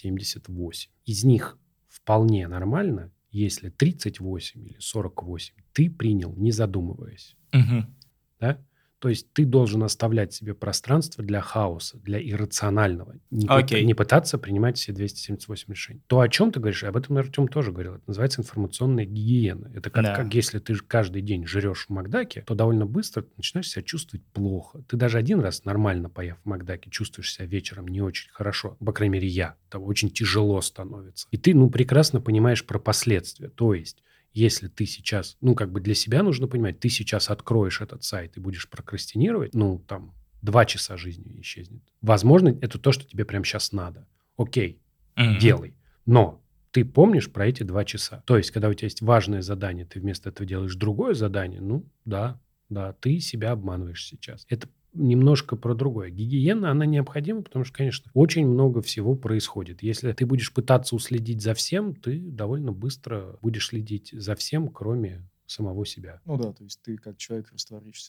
278. Из них вполне нормально, если 38 или 48 ты принял, не задумываясь. Угу. Да? То есть ты должен оставлять себе пространство для хаоса, для иррационального. Окей. Не пытаться принимать все 278 решений. То, о чем ты говоришь, об этом Артем тоже говорил. Это называется информационная гигиена. Это как Да. если ты каждый день жрешь в Макдаке, то довольно быстро ты начинаешь себя чувствовать плохо. Ты даже один раз нормально поев в Макдаке, чувствуешь себя вечером не очень хорошо. По крайней мере, я. Там очень тяжело становится. И ты, прекрасно понимаешь про последствия. То есть если ты сейчас, для себя нужно понимать, ты сейчас откроешь этот сайт и будешь прокрастинировать, 2 часа жизни исчезнет. Возможно, это то, что тебе прямо сейчас надо. Окей, делай. Но ты помнишь про эти 2 часа. То есть, когда у тебя есть важное задание, ты вместо этого делаешь другое задание, да, ты себя обманываешь сейчас. Это немножко про другое. Гигиена, она необходима, потому что, конечно, очень много всего происходит. Если ты будешь пытаться уследить за всем, ты довольно быстро будешь следить за всем, кроме самого себя. Да, то есть ты как человек растворишься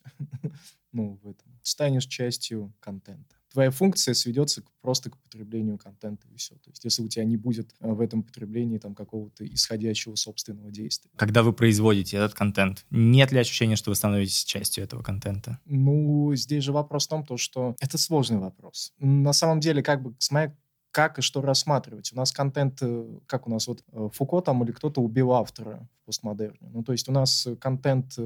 в этом. Станешь частью контента. Твоя функция сведется просто к потреблению контента, и все. То есть если у тебя не будет в этом потреблении какого-то исходящего собственного действия. Когда вы производите этот контент, нет ли ощущения, что вы становитесь частью этого контента? Здесь же вопрос в том, что это сложный вопрос. На самом деле, смотря как и что рассматривать. У нас контент, как у нас Фуко или кто-то убил автора в постмодерне. То есть у нас контент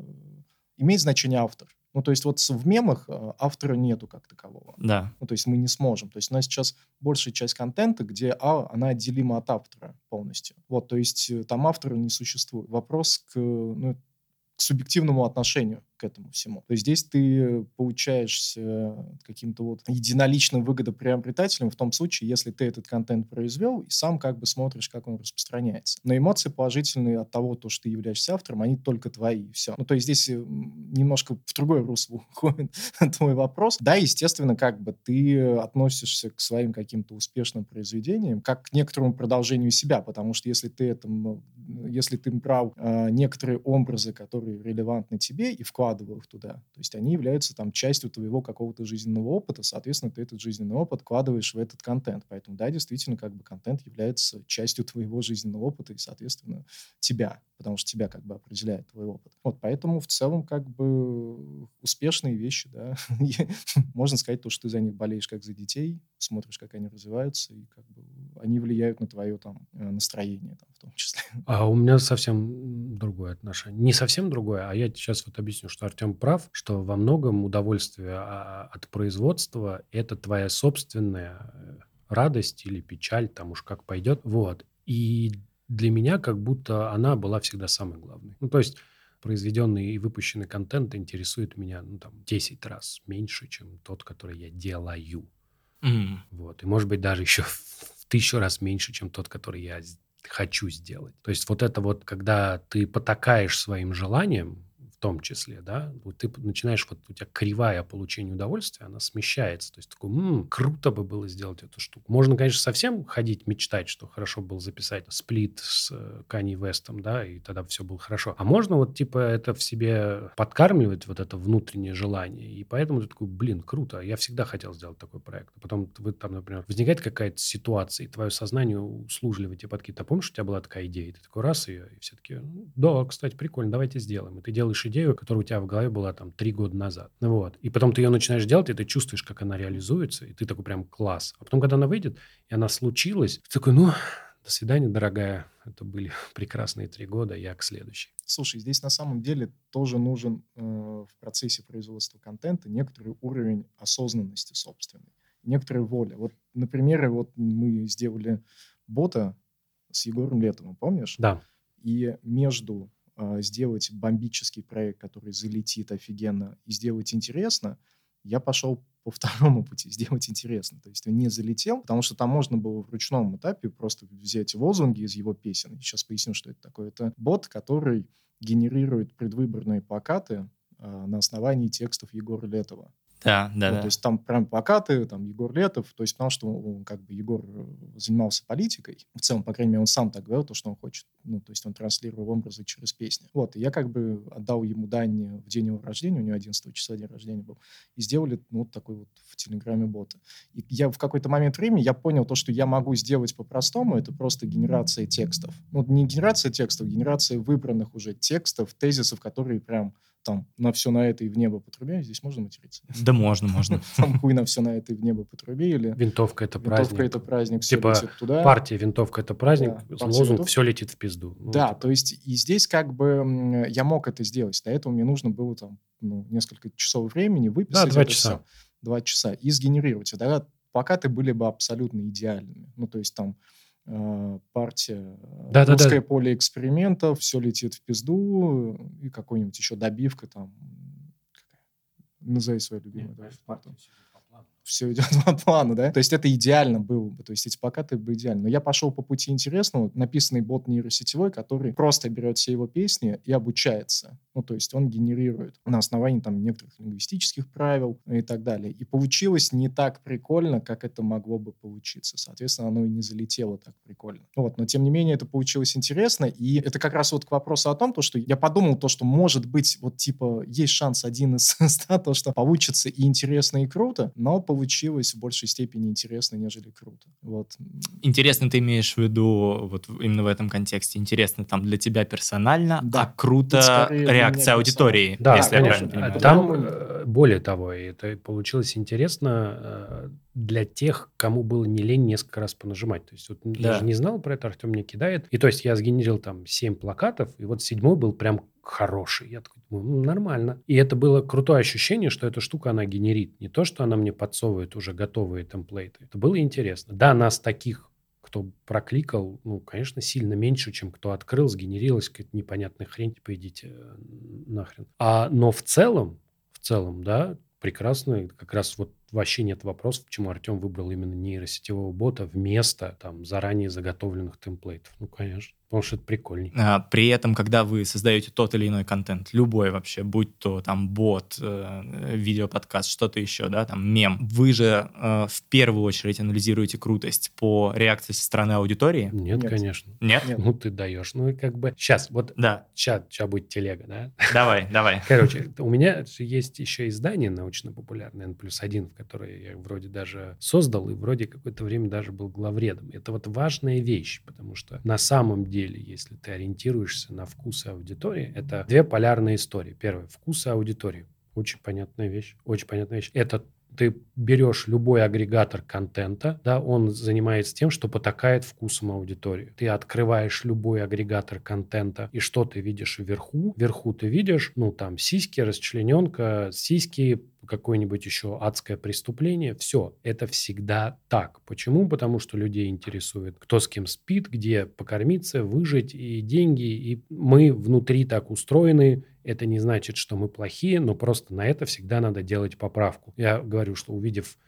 имеет значение автор. То есть в мемах автора нету как такового. Да. То есть мы не сможем. То есть у нас сейчас большая часть контента, где она отделима от автора полностью. То есть там автора не существует. Вопрос к субъективному отношению к этому всему. То есть здесь ты получаешься каким-то единоличным выгодоприобретателем в том случае, если ты этот контент произвел и сам смотришь, как он распространяется. Но эмоции положительные от того, что ты являешься автором, они только твои, и все. То есть здесь немножко в другое русло уходит твой вопрос. Да, естественно, ты относишься к своим каким-то успешным произведениям как к некоторому продолжению себя, потому что если ты брал некоторые образы, которые релевантны тебе, и вкладывал их туда, то есть они являются частью твоего какого-то жизненного опыта, соответственно, ты этот жизненный опыт вкладываешь в этот контент. Поэтому, да, действительно, контент является частью твоего жизненного опыта и, соответственно, тебя, потому что тебя определяет твой опыт. Поэтому в целом успешные вещи, да, можно сказать то, что ты за них болеешь как за детей, смотришь, как они развиваются, и они влияют на твое настроение в том числе. А у меня совсем другое отношение. Не совсем другое, а я сейчас объясню, что Артем прав, что во многом удовольствие от производства – это твоя собственная радость или печаль, там уж как пойдет. И для меня как будто она была всегда самой главной. То есть произведенный и выпущенный контент интересует меня 10 раз меньше, чем тот, который я делаю. И, может быть, даже еще в 1000 раз меньше, чем тот, который я хочу сделать. То есть это когда ты потакаешь своим желаниям, в том числе, да, ты начинаешь, у тебя кривая получения удовольствия, она смещается. То есть такой, круто бы было сделать эту штуку. Можно, конечно, совсем ходить, мечтать, что хорошо было записать сплит с Канье Вестом, да, и тогда все было хорошо. А можно это в себе подкармливать, это внутреннее желание. И поэтому ты такой, круто, я всегда хотел сделать такой проект. А потом например, возникает какая-то ситуация, и твое сознание услужливо тебе подкидывает. А помнишь, у тебя была такая идея? И ты такой раз ее, и все таки да, кстати, прикольно, давайте сделаем. И ты делаешь идею, которая у тебя в голове была 3 года назад. И потом ты ее начинаешь делать, и ты чувствуешь, как она реализуется, и ты такой прям класс. А потом, когда она выйдет, и она случилась, ты такой, до свидания, дорогая. Это были прекрасные 3 года, я к следующей. Слушай, здесь на самом деле тоже нужен в процессе производства контента некоторый уровень осознанности собственной, некоторая воля. Например, мы сделали бота с Егором Летовым, помнишь? Да. И между сделать бомбический проект, который залетит офигенно, и сделать интересно, я пошел по второму пути, сделать интересно. То есть он не залетел, потому что там можно было в ручном этапе просто взять лозунги из его песен. Сейчас поясню, что это такое. Это бот, который генерирует предвыборные плакаты на основании текстов Егора Летова. Да. То есть там прям плакаты, там Егор Летов, то есть потому что он, как бы Егор занимался политикой, в целом, по крайней мере, он сам так говорил, то, что он хочет, то есть он транслировал образы через песни. И я как бы отдал ему дань в день его рождения, у него 11 числа день рождения был, и сделали такой в Телеграме бота. И я в какой-то момент времени я понял то, что я могу сделать по-простому, это просто генерация текстов. Не генерация текстов, генерация выбранных уже текстов, тезисов, которые прям там на все на это и в небо потруби. Здесь можно материться? Да, можно. Там хуй на все на это и в небо потруби. Или винтовка это праздник. Винтовка это праздник, все типа летит туда. Партия винтовка это праздник, Да, лозунг все летит в пизду. Да, то есть и здесь как бы я мог это сделать. До этого мне нужно было там несколько часов времени выписать. Да, 2 часа. 2 часа. И сгенерировать. И тогда плакаты были бы абсолютно идеальными. То есть там партия, русское поле экспериментов, все летит в пизду, и какой-нибудь еще добивка там. Назови свою любимую. Все идет по плану, да? То есть это идеально было бы. То есть эти плакаты бы идеально. Но я пошел по пути интересного. Написанный бот нейросетевой, который просто берет все его песни и обучается. То есть он генерирует на основании там некоторых лингвистических правил и так далее. И получилось не так прикольно, как это могло бы получиться. Соответственно, оно и не залетело так прикольно. Но тем не менее это получилось интересно. И это как раз к вопросу о том, что я подумал, что может быть есть шанс 1 из 100, то, что получится и интересно, и круто, но получилось в большей степени интересно, нежели круто. Интересно ты имеешь в виду именно в этом контексте? Интересно там для тебя персонально, да. А круто реакция аудитории, да, если конечно. я правильно понимаю. Там, более того, это получилось интересно для тех, кому было не лень несколько раз понажимать. То есть я же не знал про это, Артем мне кидает. И то есть я сгенерил там 7 плакатов, и 7-й был прям хороший. Я такой думаю, нормально. И это было крутое ощущение, что эта штука, она генерит. Не то, что она мне подсовывает уже готовые темплейты. Это было интересно. Да, нас таких, кто прокликал, конечно, сильно меньше, чем кто открыл, сгенерилась какая-то непонятная хрень, типа идите нахрен. Но в целом, да, прекрасно, как раз вообще нет вопросов, почему Артем выбрал именно нейросетевого бота вместо там заранее заготовленных темплейтов. Конечно, потому что это прикольней. При этом, когда вы создаете тот или иной контент, любой вообще, будь то там бот, видеоподкаст, что-то еще, да, там мем, вы же в первую очередь анализируете крутость по реакции со стороны аудитории? Нет, конечно. Нет? Ты даешь. Сейчас, да. Сейчас будет телега, да? Давай. Короче, у меня есть еще издание научно-популярное N+1, которое я вроде даже создал и вроде какое-то время даже был главредом. Это важная вещь, потому что на самом деле, если ты ориентируешься на вкусы аудитории, это 2 полярные истории. Первое, вкусы аудитории. Очень понятная вещь. Это ты берешь любой агрегатор контента, да, он занимается тем, что потакает вкусом аудитории. Ты открываешь любой агрегатор контента, и что ты видишь вверху? Вверху ты видишь, там, сиськи, расчлененка, сиськи, какое-нибудь еще адское преступление. Все, это всегда так. Почему? Потому что людей интересует, кто с кем спит, где покормиться, выжить, и деньги. И мы внутри так устроены. Это не значит, что мы плохие, но просто на это всегда надо делать поправку. Я говорю, что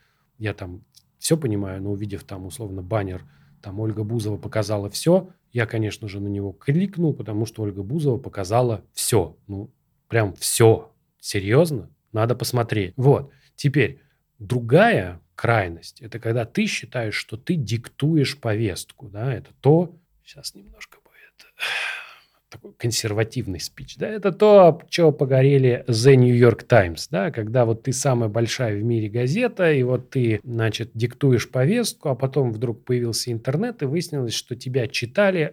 я там все понимаю, но увидев там условно баннер, там Ольга Бузова показала все, я, конечно же, на него кликнул, потому что Ольга Бузова показала все. Прям все. Серьезно? Надо посмотреть. Теперь другая крайность, это когда ты считаешь, что ты диктуешь повестку, да, это то, сейчас немножко будет такой консервативный спич, да, это то, что погорели The New York Times, да, когда ты самая большая в мире газета, и ты, диктуешь повестку, а потом вдруг появился интернет, и выяснилось, что тебя читали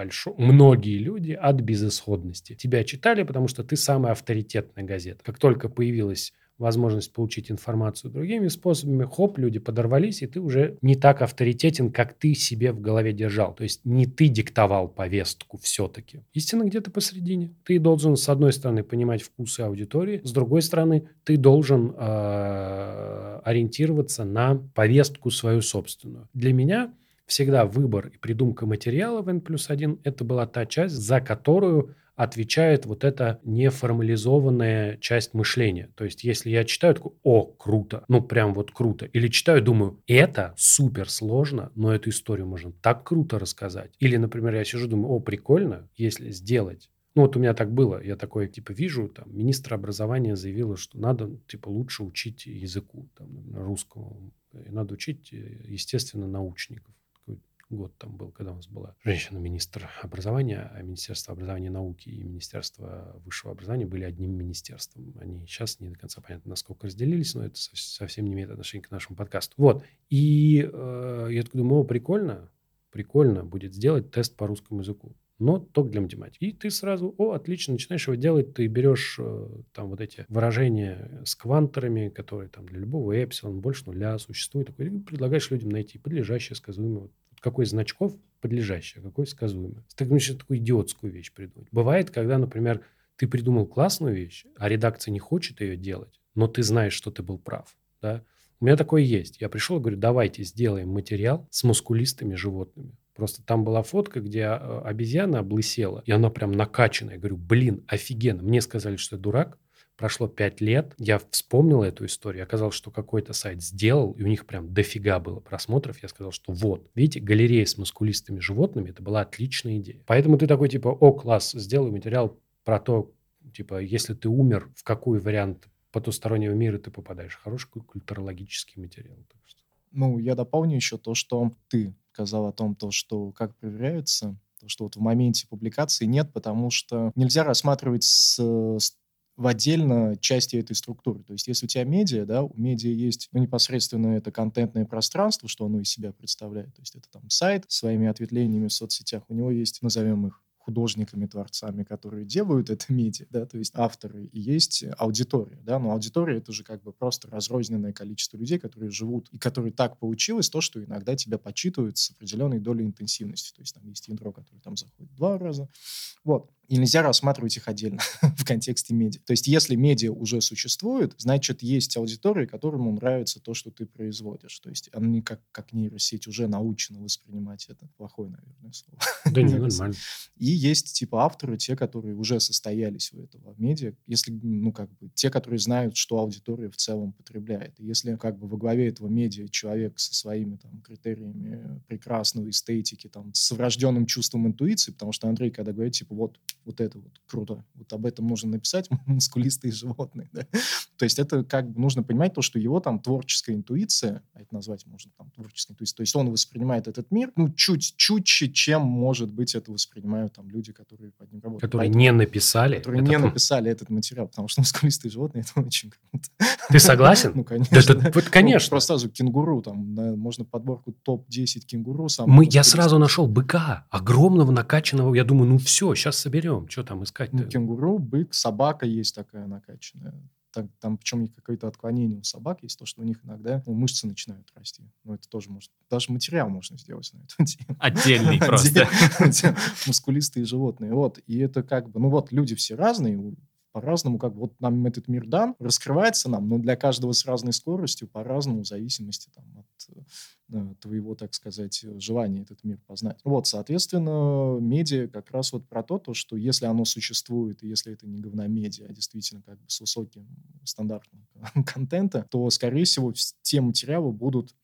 многие люди от безысходности. Тебя читали, потому что ты самая авторитетная газета. Как только появилась возможность получить информацию другими способами, люди подорвались, и ты уже не так авторитетен, как ты себе в голове держал. То есть не ты диктовал повестку все-таки. Истина где-то посередине. Ты должен, с одной стороны, понимать вкусы аудитории, с другой стороны, ты должен ориентироваться на повестку свою собственную. Для меня всегда выбор и придумка материала в N+1 – это была та часть, за которую отвечает эта неформализованная часть мышления. То есть, если я читаю, такой, круто, прям круто. Или читаю, думаю, это супер сложно, но эту историю можно так круто рассказать. Или, например, я сижу, думаю, прикольно, если сделать Ну, вот у меня так было. Я такое, типа, вижу, там, министр образования заявила, что надо, типа, лучше учить языку, там, русскому. И надо учить, естественно, научников. Такой год там был, когда у нас была женщина-министр образования, а Министерство образования и науки и Министерство высшего образования были одним министерством. Они сейчас не до конца понятно, насколько разделились, но это совсем не имеет отношения к нашему подкасту. Вот. И я такой думаю, прикольно будет сделать тест по русскому языку. Но только для математики. И ты сразу, отлично, начинаешь его делать, ты берешь там вот эти выражения с кванторами, которые там для любого эпсилон больше нуля существуют, такой, и предлагаешь людям найти подлежащее, сказуемое. Вот какой из значков подлежащее, какой сказуемое. Ты начинаешь такую идиотскую вещь придумать. Бывает, когда, например, ты придумал классную вещь, а редакция не хочет ее делать, но ты знаешь, что ты был прав, да? У меня такое есть. Я пришел и говорю, давайте сделаем материал с мускулистыми животными. Просто там была фотка, где обезьяна облысела, и она прям накачанная. Я говорю, блин, офигенно. Мне сказали, что я дурак. Прошло 5 лет. Я вспомнил эту историю. Оказалось, что какой-то сайт сделал, и у них прям дофига было просмотров. Я сказал, что вот, видите, галерея с мускулистыми животными, это была отличная идея. Поэтому ты такой, типа, класс, сделай материал про то, типа, если ты умер, в какой вариант потустороннего мира ты попадаешь. Хороший культурологический материал. Так что. Ну, я дополню еще то, что ты сказал о том, что как проверяются, то, что вот в моменте публикации нет, потому что нельзя рассматривать в отдельно части этой структуры. То есть если у тебя медиа, да, у медиа есть непосредственно это контентное пространство, что оно из себя представляет. То есть это там сайт с своими ответвлениями в соцсетях. У него есть, назовем их, художниками, творцами, которые делают это медиа, да, то есть авторы, и есть аудитория, да, но аудитория — это же как бы просто разрозненное количество людей, которые живут, и которые так получилось, то, что иногда тебя почитывают с определенной долей интенсивности, то есть там есть ядро, которое там заходит 2 раза, вот, и нельзя рассматривать их отдельно в контексте медиа. То есть если медиа уже существует, значит, есть аудитория, которому нравится то, что ты производишь, то есть они как нейросеть уже научены воспринимать это. Плохое, наверное, слово. Да не, нормально. И есть типа авторы, те, которые уже состоялись у этого медиа, если, ну, как бы, те, которые знают, что аудитория в целом потребляет. И если как бы во главе этого медиа человек со своими там критериями прекрасного эстетики, там, с врожденным чувством интуиции, потому что Андрей, когда говорит, типа, вот это вот круто, вот об этом нужно написать, мускулистые животные, да? То есть это как бы нужно понимать то, что его там творческая интуиция, а это назвать можно там творческой интуицией, то есть он воспринимает этот мир, ну, чуть чутче, чем, может быть, это воспринимают там люди, которые под ним работают. Которые не написали. Которые не написали этот материал, потому что мускулистые животные — это очень круто. Ты согласен? Ну, конечно. Да, вот, конечно. Просто сразу кенгуру, там, да, можно подборку топ-10 кенгуру. Я сразу нашел быка, огромного, накачанного. Я думаю, ну все, сейчас соберем. Что там искать-то? Ну, кенгуру, бык, собака есть такая накачанная. Там причем какое-то отклонение у собак есть, то, что у них иногда мышцы начинают расти. Но это тоже может... Даже материал можно сделать на эту тему. Отдельный просто. Мускулистые животные. Вот. И это как бы... Ну вот, люди все разные, по-разному, как бы вот нам этот мир дан, раскрывается нам, но для каждого с разной скоростью, по-разному, в зависимости там, от твоего, так сказать, желания этот мир познать. Вот, соответственно, медиа как раз вот про то, что если оно существует, и если это не говномедиа, а действительно как бы с высоким стандартом контента, то, скорее всего, те материалы будут...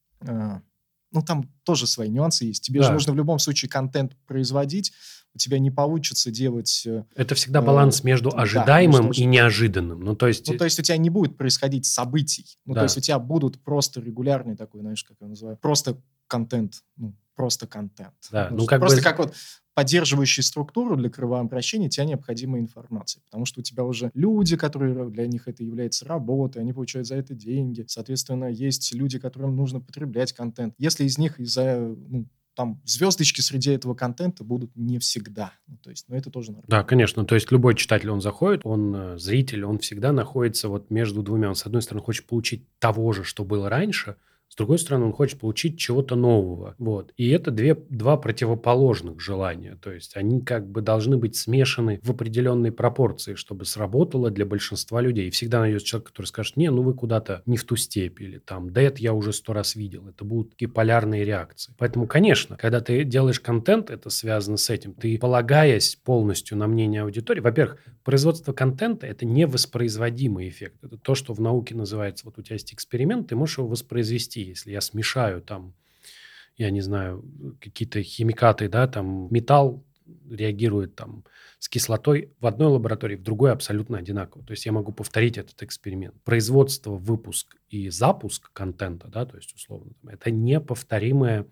Ну, там тоже свои нюансы есть. Тебе же нужно в любом случае контент производить, у тебя не получится делать... Это всегда баланс между ожидаемым и неожиданным. Ну, то есть у тебя не будет происходить событий. Ну, то есть у тебя будут просто регулярный такой, знаешь, как я называю, просто контент. Ну, просто контент. Да, как вот поддерживающий структуру для кровообращения тебе необходима информация. Потому что у тебя уже люди, которые для них это является работой, они получают за это деньги. Соответственно, есть люди, которым нужно потреблять контент. Если из них там звездочки среди этого контента будут не всегда. Ну, то есть, это тоже нормально. Да, конечно. То есть любой читатель, он заходит, он зритель, он всегда находится вот между двумя. Он, с одной стороны, хочет получить того же, что было раньше, с другой стороны, он хочет получить чего-то нового. Вот. И это два противоположных желания. То есть они как бы должны быть смешаны в определенной пропорции, чтобы сработало для большинства людей. И всегда найдется человек, который скажет, вы куда-то не в ту степь. Или там, да это я уже 100 раз видел. Это будут такие полярные реакции. Поэтому, конечно, когда ты делаешь контент, это связано с этим. Ты, полагаясь полностью на мнение аудитории, во-первых, производство контента – это невоспроизводимый эффект. Это то, что в науке называется, вот у тебя есть эксперимент, ты можешь его воспроизвести. Если я смешаю там, я не знаю, какие-то химикаты, да, там металл реагирует там с кислотой в одной лаборатории, в другой абсолютно одинаково. То есть я могу повторить этот эксперимент. Производство, выпуск и запуск контента, да, то есть условно, это неповторимая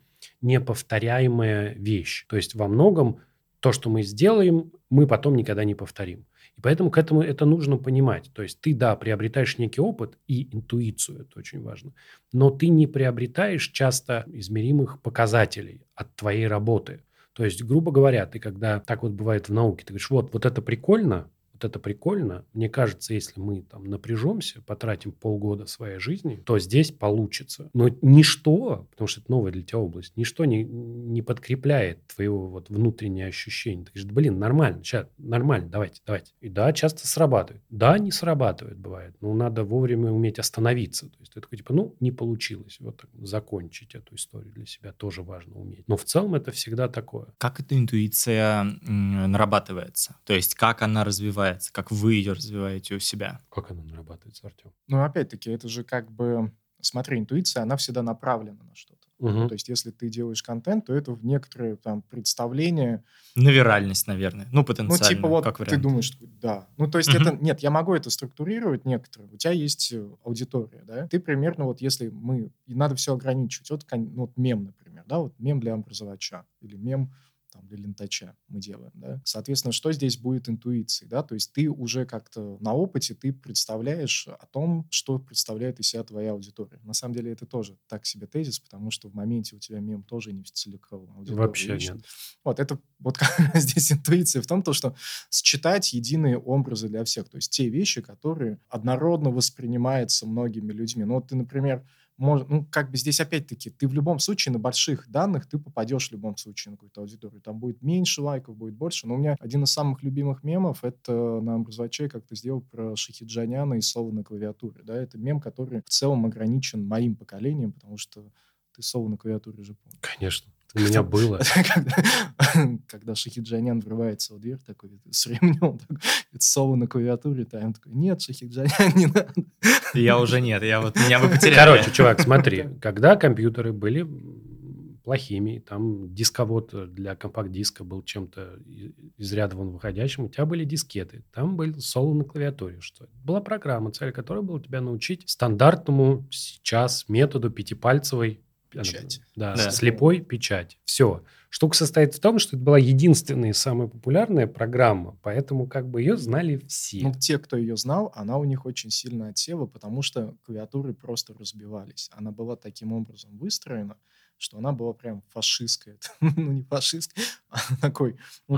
вещь. То есть во многом то, что мы сделаем, мы потом никогда не повторим. И поэтому к этому это нужно понимать. То есть ты, да, приобретаешь некий опыт и интуицию, это очень важно, но ты не приобретаешь часто измеримых показателей от твоей работы. То есть, грубо говоря, ты когда, так вот бывает в науке, ты говоришь, вот это прикольно, мне кажется, если мы там напряжемся, потратим полгода своей жизни, то здесь получится. Но ничто, потому что это новая для тебя область, ничто не подкрепляет твоего вот внутреннее ощущение. Ты говоришь, блин, нормально, сейчас, нормально, давайте. И да, часто срабатывает. Да, не срабатывает, бывает. Но надо вовремя уметь остановиться. То есть ты такой, типа, не получилось. Вот так, закончить эту историю для себя тоже важно уметь. Но в целом это всегда такое. Как эта интуиция нарабатывается? То есть как она развивается? Как вы ее развиваете у себя? Как она нарабатывается, Артем? Опять-таки, это же смотри, интуиция, она всегда направлена на что-то. Угу. То есть, если ты делаешь контент, то это в некоторые там представления. На виральность, наверное. Потенциально, как вариант. Ты думаешь, да. То есть, это... Нет, я могу это структурировать некоторые. У тебя есть аудитория, да? Ты примерно, если и надо все ограничивать. Мем, например, да? Мем для образовача или мем для лентача мы делаем, да. Соответственно, что здесь будет интуицией, да, то есть ты уже как-то на опыте ты представляешь о том, что представляет из себя твоя аудитория. На самом деле это тоже так себе тезис, потому что в моменте у тебя мем тоже не целиком аудитория Вообще ищет. нет. Это здесь интуиция в том, что считать единые образы для всех, то есть те вещи, которые однородно воспринимаются многими людьми. Ты, например, здесь опять-таки ты в любом случае на больших данных ты попадешь в любом случае на какую-то аудиторию. Там будет меньше лайков, будет больше. Но у меня один из самых любимых мемов — это на образоваче, как ты сделал про Шахиджаняна и слово на клавиатуре. Да? Это мем, который в целом ограничен моим поколением, потому что ты слово на клавиатуре же помнишь. Конечно. У меня было. Когда Шахиджанян врывается в дверь такой с ремнем, это слово на клавиатуре, там такой, нет, Шахиджанян, не надо. Я уже нет, меня вы потеряли. Короче, чувак, смотри, когда компьютеры были плохими, там дисковод для компакт-диска был чем-то из ряда вон выходящим, у тебя были дискеты, там был соло на клавиатуре. Что? Была программа, цель которой была тебя научить стандартному сейчас методу пятипальцевой печати. Да, слепой печати. Все. Штука состоит в том, что это была единственная и самая популярная программа, поэтому ее знали все. Те, кто ее знал, она у них очень сильно отсела, потому что клавиатуры просто разбивались. Она была таким образом выстроена, что она была прям фашистская. Не фашистская, а такой...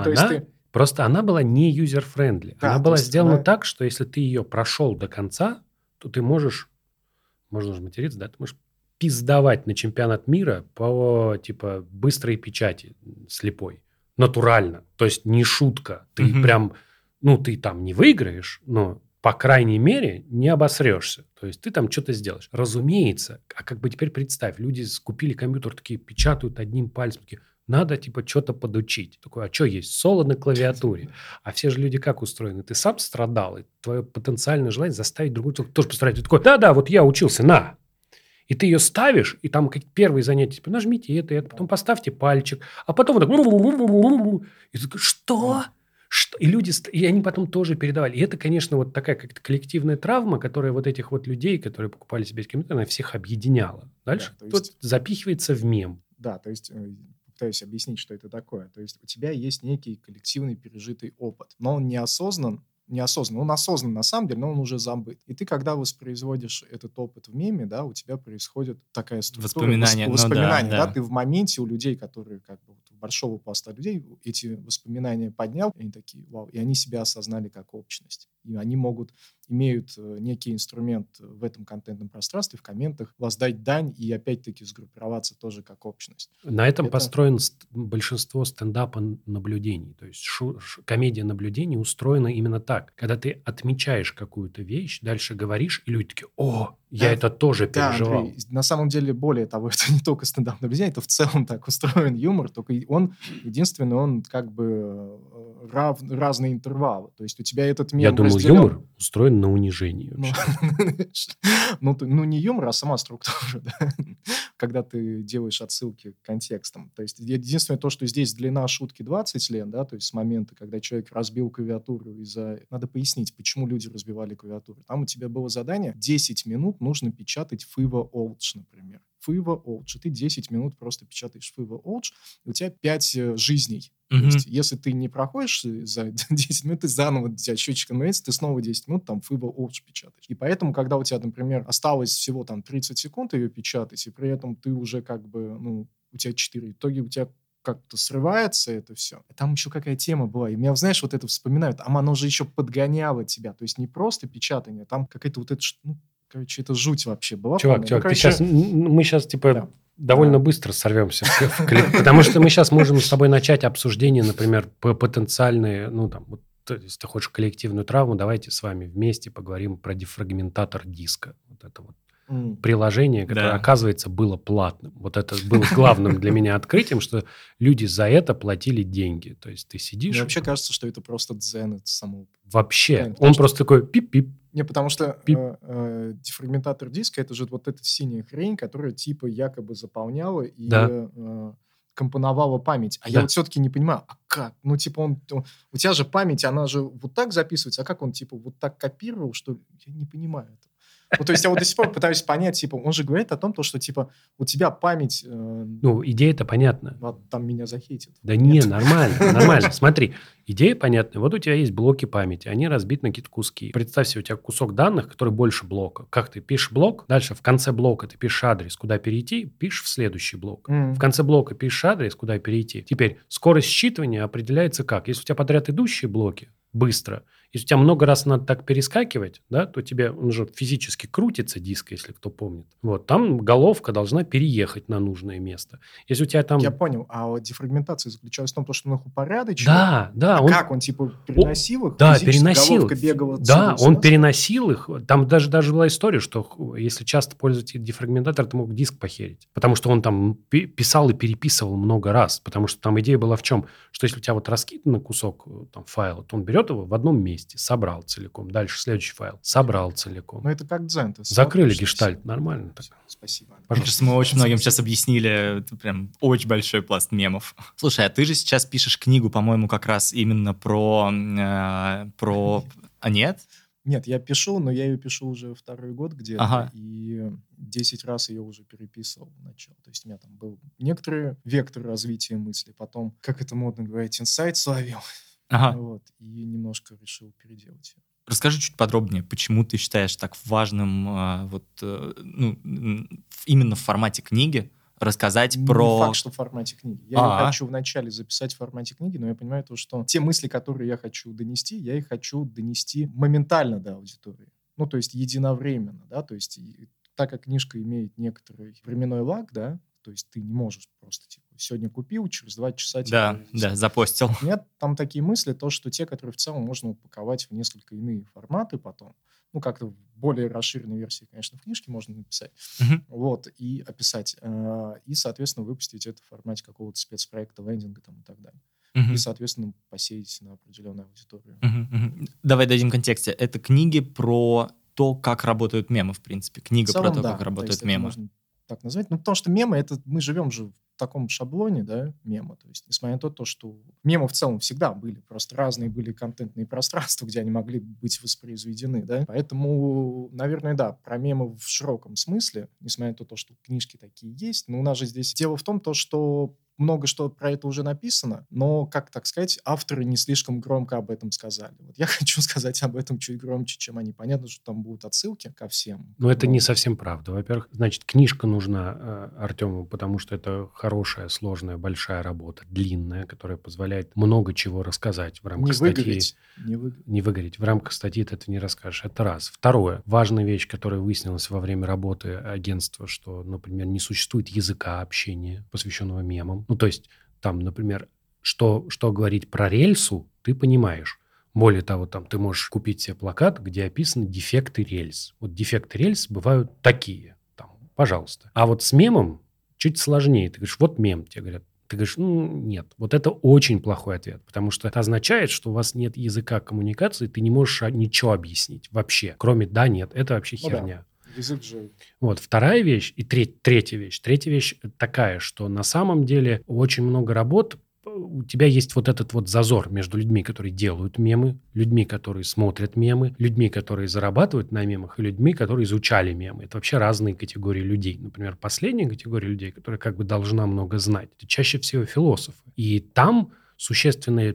Просто она была не юзер-френдли. Она была сделана так, что если ты ее прошел до конца, то ты можешь... Можно же материться, да? Ты можешь пиздовать на чемпионат мира по, быстрой печати слепой. Натурально. То есть не шутка. Ты прям... ты там не выиграешь, но, по крайней мере, не обосрешься. То есть ты там что-то сделаешь. Разумеется. А теперь представь, люди купили компьютер, такие печатают одним пальцем, такие, надо, что-то подучить. Такой, а что есть? Соло на клавиатуре. А все же люди как устроены? Ты сам страдал, и твое потенциальное желание заставить другого человека тоже пострадать. Ты такой, да, вот я учился, на. И ты ее ставишь, и там первые занятия, нажмите это, потом поставьте пальчик, а потом вот так... И ты такой, что? И люди, и они потом тоже передавали. И это, конечно, вот такая как-то коллективная травма, которая вот этих вот людей, которые покупали себе компьютер, она всех объединяла. Дальше тут запихивается в мем. Да, то есть... Пытаюсь объяснить, что это такое. То есть у тебя есть некий коллективный пережитый опыт, но он неосознан, он осознан на самом деле, но он уже забыт. И ты, когда воспроизводишь этот опыт в меме, да, у тебя происходит такая структура воспоминания. Да, ты в моменте у людей, которые большого пласта людей, эти воспоминания поднял, и они такие, вау, и они себя осознали как общность. И они имеют некий инструмент в этом контентном пространстве, в комментах, воздать дань и опять-таки сгруппироваться тоже как общность. На этом построено большинство стендапа наблюдений. То есть комедия наблюдений устроена именно так. Когда ты отмечаешь какую-то вещь, дальше говоришь, и люди такие, я это тоже переживал. Андрей, на самом деле, более того, это не только стендап наблюдение, это в целом так устроен юмор, только он разные интервалы. То есть у тебя этот Я мем думал, разделен... юмор устроен на унижении Ну, вообще. не юмор, а сама структура, да. Когда ты делаешь отсылки к контекстам. То есть единственное то, что здесь длина шутки 20 лет, да, то есть с момента, когда человек разбил клавиатуру из-за... Надо пояснить, почему люди разбивали клавиатуру. Там у тебя было задание, 10 минут нужно печатать Fiva Olch, например. Fiva Olch. И ты 10 минут просто печатаешь Fiva Olch, и у тебя 5 жизней. То есть, если ты не проходишь за 10 минут, ты заново, у тебя счетчик становится, ты снова 10 минут там Fiva Olch печатаешь. И поэтому, когда у тебя, например, осталось всего там 30 секунд ее печатать, и при этом ты уже как бы, ну, у тебя 4, в итоге у тебя как-то срывается это все. Там еще какая тема была. И меня, знаешь, вот это вспоминают. Оно же еще подгоняло тебя. То есть не просто печатание, там какая-то вот эта... Ну, короче, это жуть вообще была. Чувак, короче, мы сейчас, типа, да. довольно быстро сорвемся в клип, потому что мы сейчас можем с тобой начать обсуждение, например, потенциальные, ну, там, вот, если ты хочешь коллективную травму, давайте с вами вместе поговорим про дефрагментатор диска. Вот это вот приложение, которое, Да. оказывается, было платным. Вот это было главным для меня открытием, что люди за это платили деньги. То есть ты сидишь... Мне вообще кажется, что это просто дзен, это само... Вообще. Потому Он что- просто такой пип-пип. Не, потому что Пип. дефрагментатор диска — это же вот эта синяя хрень, которая типа якобы заполняла и Да. компоновала память. А Да. я вот все-таки не понимаю, а как? Ну, типа, у тебя же память, она же вот так записывается, а как он, типа, вот так копировал, что ли? Я не понимаю это. Ну, то есть я вот до сих пор пытаюсь понять, типа, он же говорит о том, то, что, типа, у тебя память... Ну, идея-то понятна. ладно, там меня захейтят. Да не, нормально, нормально. Смотри, идея понятная. Вот у тебя есть блоки памяти, они разбиты на какие-то куски. Представь себе, у тебя кусок данных, который больше блока. Как ты пишешь блок, дальше в конце блока ты пишешь адрес, куда перейти, пишешь в следующий блок. В конце блока пишешь адрес, куда перейти. Теперь скорость считывания определяется как? Если у тебя подряд идущие блоки, быстро. Если у тебя много раз надо так перескакивать, да, то тебе, он же физически крутится, диск, если кто помнит. Вот, там головка должна переехать на нужное место. Если у тебя там... Я понял, а вот дефрагментация заключалась в том, что он их упорядочивал? Да, А он... как он, типа, переносил их? Да, Физически переносил. головка бегала Да, отсюда он сюда? переносил их. Там даже была история, что если часто пользоваться дефрагментатором, ты мог диск похерить. Потому что он там писал и переписывал много раз. Потому что там идея была в чем? Что если у тебя вот раскидан кусок там, файла, то он берет его в одном месте, собрал целиком. Дальше следующий файл, собрал целиком. Ну, это как дзен. Ты Закрыли смотришь, гештальт, всё. нормально. Так. Спасибо. Мне Пожалуйста. кажется, мы очень многим сейчас объяснили это прям очень большой пласт мемов. Слушай, а ты же сейчас пишешь книгу, по-моему, как раз именно про... А нет? Нет, я пишу, но я ее пишу уже второй год где-то, Ага. и 10 раз ее уже переписывал вначале. То есть у меня там был некоторый вектор развития мысли, потом, как это модно говорить, инсайт словил, Ага. вот, и немножко решил переделать ее. Расскажи чуть подробнее, почему ты считаешь так важным именно в формате книги рассказать Не про... факт, что в формате книги. Я ее А. хочу вначале записать в формате книги, но я понимаю то, что те мысли, которые я хочу донести, я их хочу донести моментально до аудитории. Ну, то есть единовременно, да, то есть так как книжка имеет некоторый временной лаг, да, то есть ты не можешь просто, типа, сегодня купил, через 2 часа... Да, запостил. У меня там такие мысли, то, что те, которые в целом можно упаковать в несколько иные форматы потом, ну, как-то в более расширенной версии, конечно, в книжке можно написать, Мгм. вот, и описать, и, соответственно, выпустить это в формате какого-то спецпроекта, лендинга там и так далее. Мгм. И, соответственно, посеять на определенную аудиторию. Мгм, мгм. Давай дадим контексте. Это книги про то, как работают мемы, в принципе. Книга В целом, про то, да, как то работают есть это мемы. можно так назвать. Ну, потому что мемы, это мы живем же в таком шаблоне, да, мема. То есть, несмотря на то, что мемы в целом всегда были, просто разные были контентные пространства, где они могли быть воспроизведены, да. Поэтому, наверное, да, про мемы в широком смысле, несмотря на то, что книжки такие есть. Но у нас же здесь дело в том, то, что много что про это уже написано, но, как так сказать, авторы не слишком громко об этом сказали. Вот я хочу сказать об этом чуть громче, чем они. Понятно, что там будут отсылки ко всем. Но это но- не совсем правда. Во-первых, значит, книжка нужна Артему, потому что это хорошая, сложная, большая работа, длинная, которая позволяет много чего рассказать в рамках Не статьи. выгореть. Не выгореть. В рамках статьи ты это не расскажешь. Это раз. Второе. Важная вещь, которая выяснилась во время работы агентства, что, например, не существует языка общения, посвященного мемам. Ну, то есть, там, например, что говорить про рельсу, ты понимаешь. Более того, там ты можешь купить себе плакат, где описаны дефекты рельс. Вот дефекты рельс бывают такие. Там, пожалуйста. А вот с мемом чуть сложнее. Ты говоришь, вот мем. Тебе говорят, Ты говоришь, нет. Вот это очень плохой ответ, потому что это означает, что у вас нет языка коммуникации, ты не можешь ничего объяснить вообще, кроме «да», «нет». Это вообще Ну да, херня. язык же... Вот, вторая вещь и третья вещь. Третья вещь такая, что на самом деле очень много работ, у тебя есть вот этот вот зазор между людьми, которые делают мемы, людьми, которые смотрят мемы, людьми, которые зарабатывают на мемах, и людьми, которые изучали мемы. Это вообще разные категории людей. Например, последняя категория людей, которая как бы должна много знать, это чаще всего философы. И там существенная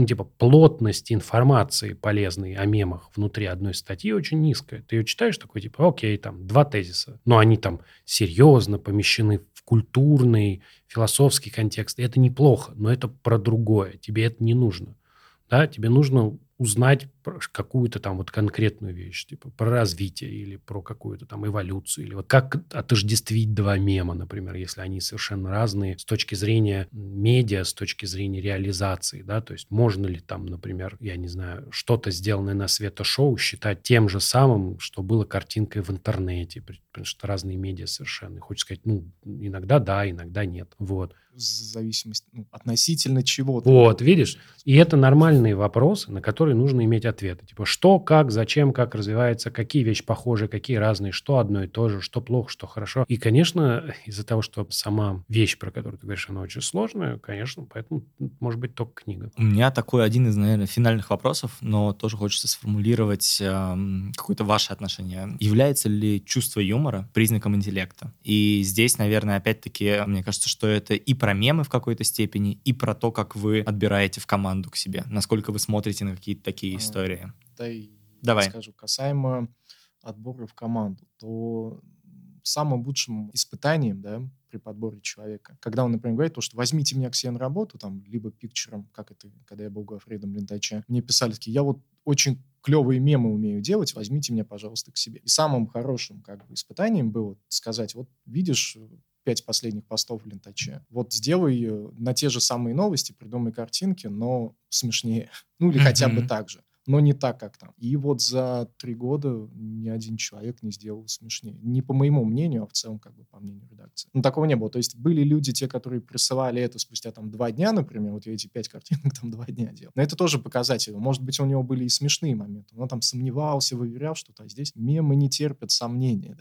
плотность информации полезной о мемах внутри одной статьи очень низкая. Ты ее читаешь, такой типа, окей, там 2 тезиса, но они там серьезно помещены в культурный, философский контекст. И это неплохо, но это про другое. Тебе это не нужно. Да? Тебе нужно узнать про какую-то там вот конкретную вещь, типа про развитие или про какую-то там эволюцию, или вот как отождествить 2 мема, например, если они совершенно разные с точки зрения медиа, с точки зрения реализации, да, то есть можно ли там, например, я не знаю, что-то сделанное на светошоу считать тем же самым, что было картинкой в интернете, потому что разные медиа совершенно. Хочется сказать, иногда да, иногда нет, вот. В зависимости, относительно чего-то. Вот, видишь? И это нормальные вопросы, на которые нужно иметь ответы. Типа, что, как, зачем, как развивается, какие вещи похожи, какие разные, что одно и то же, что плохо, что хорошо. И, конечно, из-за того, что сама вещь, про которую ты говоришь, она очень сложная, конечно, поэтому может быть только книга. У меня такой один из, наверное, финальных вопросов, но тоже хочется сформулировать какое-то ваше отношение. Является ли чувство юмора признаком интеллекта? И здесь, наверное, опять-таки, мне кажется, что это и про мемы в какой-то степени, и про то, как вы отбираете в команду к себе. Насколько вы смотрите на какие-то такие истории. Да, и Давай. скажу, касаемо отбора в команду, то самым лучшим испытанием, да, при подборе человека, когда он, например, говорит, что возьмите меня к себе на работу, там, либо пикчером, как это, когда я был Гофредом Лентача, мне писали такие, я вот очень клевые мемы умею делать, возьмите меня, пожалуйста, к себе. И самым хорошим, как бы, испытанием было сказать, вот видишь 5 последних постов в Лентаче, вот сделай на те же самые новости, придумай картинки, но смешнее. Или хотя бы так же. Но не так, как там. И вот за 3 года ни один человек не сделал смешнее. Не по моему мнению, а в целом, как бы, по мнению редакции. Такого не было. То есть были люди, те, которые присылали это спустя там 2 дня, например, вот я эти 5 картинок там 2 дня делал. Но это тоже показатель. Может быть, у него были и смешные моменты. Он там сомневался, выверял что-то. А здесь мемы не терпят сомнения.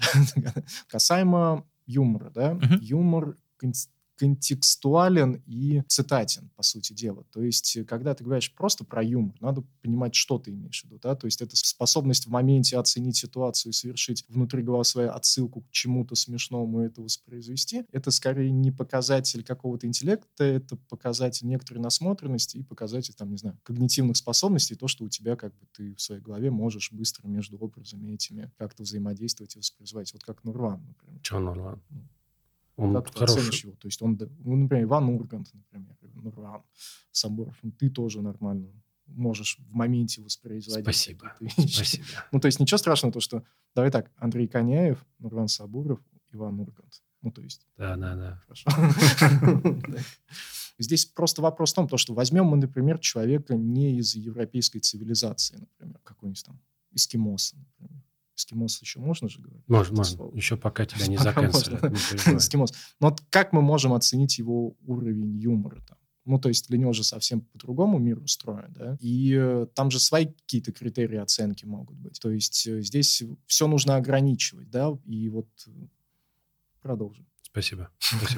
Касаемо юмора, да? Юмор контекстуален и цитатен, по сути дела. То есть, когда ты говоришь просто про юмор, надо понимать, что ты имеешь в виду, да? То есть, это способность в моменте оценить ситуацию, совершить внутри головы свою отсылку к чему-то смешному и это воспроизвести. Это скорее не показатель какого-то интеллекта, это показатель некоторой насмотренности и показатель, там, не знаю, когнитивных способностей, то, что у тебя, как бы, ты в своей голове можешь быстро между образами этими как-то взаимодействовать и воспроизводить. Вот как Нурлан, например. Чего Нурлан? Он как ты оценишь его? То есть он, например, Иван Ургант, например, Нурлан Сабуров, ты тоже нормально можешь в моменте воспроизводить. Спасибо. То есть ничего страшного, то, что, давай так, Андрей Коняев, Нурлан Сабуров, Иван Ургант. То есть... Да. Хорошо. Здесь просто вопрос в том, что возьмем мы, например, человека не из европейской цивилизации, например, какой-нибудь там эскимоса, например. Эскимос еще можно же говорить? Можно. Еще пока тебя не заканчивали. Эскимос. Но вот как мы можем оценить его уровень юмора там? То есть для него же совсем по-другому мир устроен, да? И там же свои какие-то критерии оценки могут быть. То есть здесь все нужно ограничивать, да? И вот продолжим. Спасибо.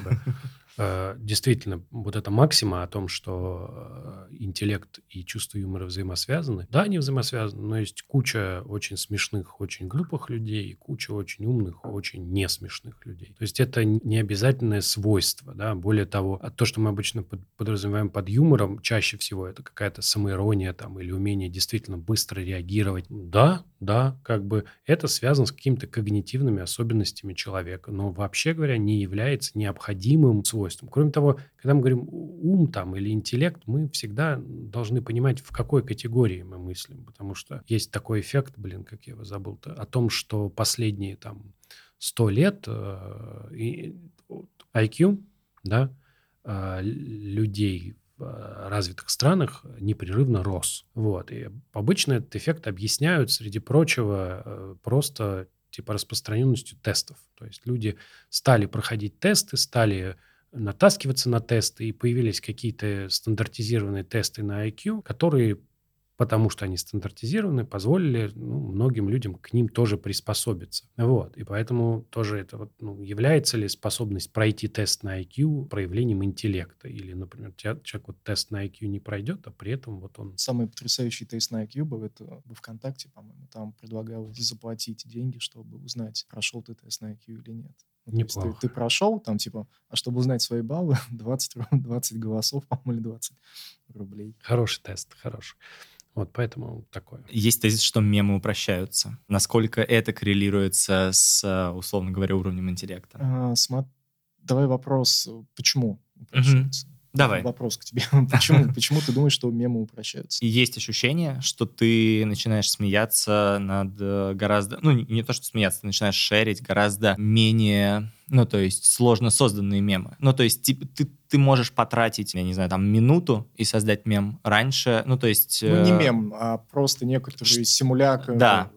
Действительно, вот эта максима о том, что интеллект и чувство юмора взаимосвязаны. Да, они взаимосвязаны, но есть куча очень смешных, очень глупых людей и куча очень умных, очень не смешных людей. То есть это не обязательное свойство, да. Более того, то, что мы обычно подразумеваем под юмором, чаще всего это какая-то самоирония там или умение действительно быстро реагировать. Да, как бы это связано с какими-то когнитивными особенностями человека, но вообще говоря, не является необходимым свойством. Кроме того, когда мы говорим ум там или интеллект, мы всегда должны понимать, в какой категории мы мыслим, потому что есть такой эффект, как я его забыл-то, о том, что последние там 100 лет IQ, да, людей в развитых странах непрерывно рос. Вот. И обычно этот эффект объясняют, среди прочего, просто типа распространенностью тестов. То есть люди стали проходить тесты, стали натаскиваться на тесты, и появились какие-то стандартизированные тесты на IQ, которые, потому что они стандартизированы, позволили многим людям к ним тоже приспособиться. Вот. И поэтому тоже это является ли способность пройти тест на IQ проявлением интеллекта? Или, например, человек тест на IQ не пройдет, а при этом он... Самый потрясающий тест на IQ был это во ВКонтакте, по-моему. Там предлагалось заплатить деньги, чтобы узнать, прошел ты тест на IQ или нет. То есть Неплохо. ты прошел, там а чтобы узнать свои баллы, 20 голосов, по-моему, или 20 рублей. Хороший тест, хороший. Вот поэтому такое. Есть тезис, что мемы упрощаются. Насколько это коррелируется с, условно говоря, уровнем интеллекта? Давай вопрос, почему упрощаются? Давай. Вопрос к тебе. Почему ты думаешь, что мемы упрощаются? И есть ощущение, что ты начинаешь смеяться над гораздо... не то, что смеяться, ты начинаешь шерить гораздо менее... то есть сложно созданные мемы. То есть ты можешь потратить, я не знаю, минуту и создать мем раньше, то есть... не мем, а просто некоторый симулятор. Да.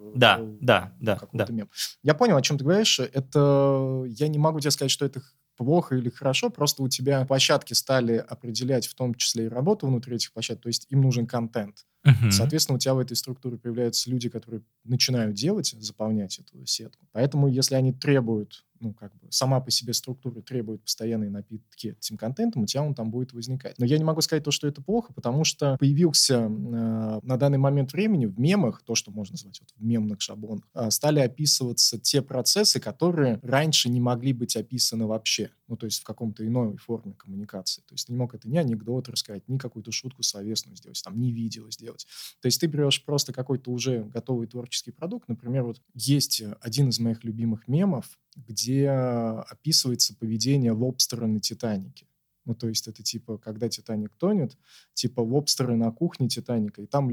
Какой-то мем. Я понял, о чем ты говоришь. Это... Я не могу тебе сказать, что это плохо или хорошо, просто у тебя площадки стали определять в том числе и работу внутри этих площадок, то есть им нужен контент. Соответственно, у тебя в этой структуре появляются люди, которые начинают заполнять эту сетку. Поэтому, если они требуют, сама по себе структура требует постоянной напитки этим контентом, у тебя он там будет возникать. Но я не могу сказать то, что это плохо, потому что появился на данный момент времени в мемах, то, что можно назвать в мемных шаблонах, стали описываться те процессы, которые раньше не могли быть описаны вообще. То есть в каком-то иной форме коммуникации. То есть ты не мог это ни анекдот рассказать, ни какую-то шутку словесную сделать, ни видео сделать. То есть ты берешь просто какой-то уже готовый творческий продукт. Например, есть один из моих любимых мемов, где описывается поведение лобстера на «Титанике». То есть это когда «Титаник» тонет, лобстеры на кухне «Титаника», и там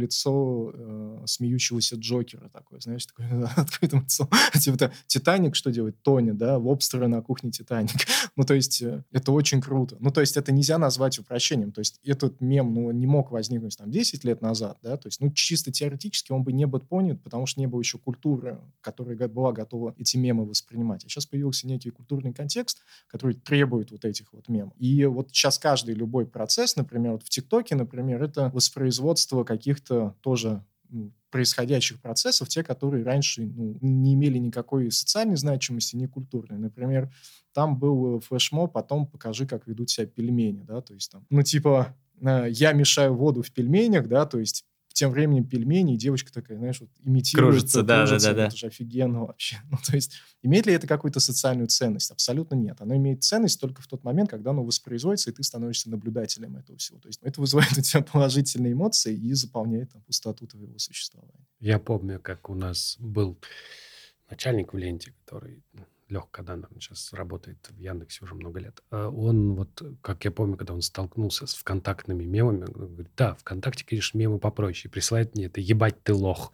лицо смеющегося Джокера такое, знаешь, такое открытое лицо. «Титаник» что делает? Тонет, да, лобстеры на кухне «Титаник». То есть это очень круто. То есть это нельзя назвать упрощением. То есть этот мем, не мог возникнуть 10 лет назад, да, то есть, чисто теоретически он бы не был понят, потому что не было еще культуры, которая была готова эти мемы воспринимать. А сейчас появился некий культурный контекст, который требует этих мемов. И сейчас каждый любой процесс, например, в ТикТоке, например, это воспроизводство каких-то тоже происходящих процессов, те, которые раньше не имели никакой социальной значимости, ни культурной. Например, там был флешмоб, потом покажи, как ведут себя пельмени, да, то есть я мешаю воду в пельменях, да, то есть тем временем пельмени, и девочка такая, знаешь, имитирует. Кружится, да. Это же офигенно вообще. То есть имеет ли это какую-то социальную ценность? Абсолютно нет. Оно имеет ценность только в тот момент, когда оно воспроизводится, и ты становишься наблюдателем этого всего. То есть это вызывает у тебя положительные эмоции и заполняет пустоту твоего существования. Я помню, как у нас был начальник в ленте, который... Леха Кадан, он сейчас работает в Яндексе уже много лет. Он как я помню, когда он столкнулся с вконтактными мемами, он говорит, да, ВКонтакте, конечно, мемы попроще. И присылает мне это «ебать ты лох».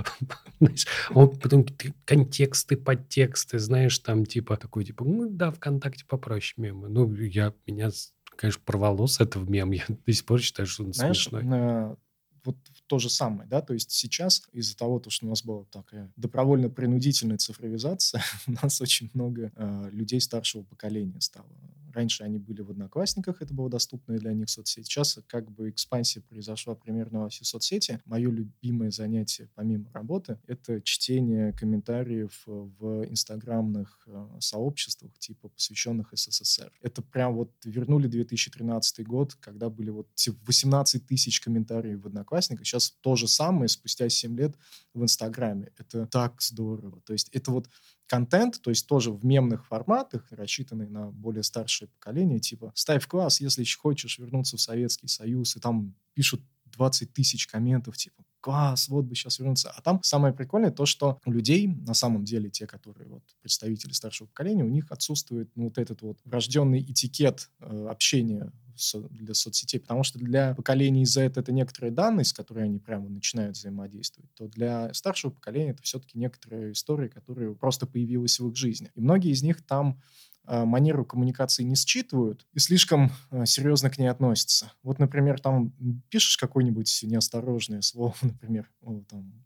Он потом контексты, подтексты, знаешь, там такой, да, ВКонтакте попроще мемы. Меня, конечно, порвало с этого мема. Я до сих пор считаю, что он смешной. Знаешь, то же самое, да, то есть сейчас из-за того, что у нас была такая добровольно-принудительная цифровизация, у нас очень много людей старшего поколения стало. Раньше они были в Одноклассниках, это было доступно для них соцсеть. Сейчас экспансия произошла примерно во все соцсети. Мое любимое занятие, помимо работы, это чтение комментариев в инстаграмных сообществах, посвященных СССР. Это прям вернули 2013 год, когда были 18 тысяч комментариев в Одноклассниках. Сейчас то же самое спустя 7 лет в Инстаграме. Это так здорово. То есть это контент, то есть тоже в мемных форматах, рассчитанный на более старшее поколение, ставь класс, если хочешь вернуться в Советский Союз, и там пишут 20 тысяч комментов, класс, вот бы сейчас вернуться. А там самое прикольное то, что у людей, на самом деле, те, которые представители старшего поколения, у них отсутствует этот врожденный этикет общения для соцсетей, потому что для поколения Z это некоторая данность, с которой они прямо начинают взаимодействовать, то для старшего поколения это все-таки некоторая история, которая просто появилась в их жизни. И многие из них там манеру коммуникации не считывают и слишком серьезно к ней относятся. Например, там пишешь какое-нибудь неосторожное слово, например,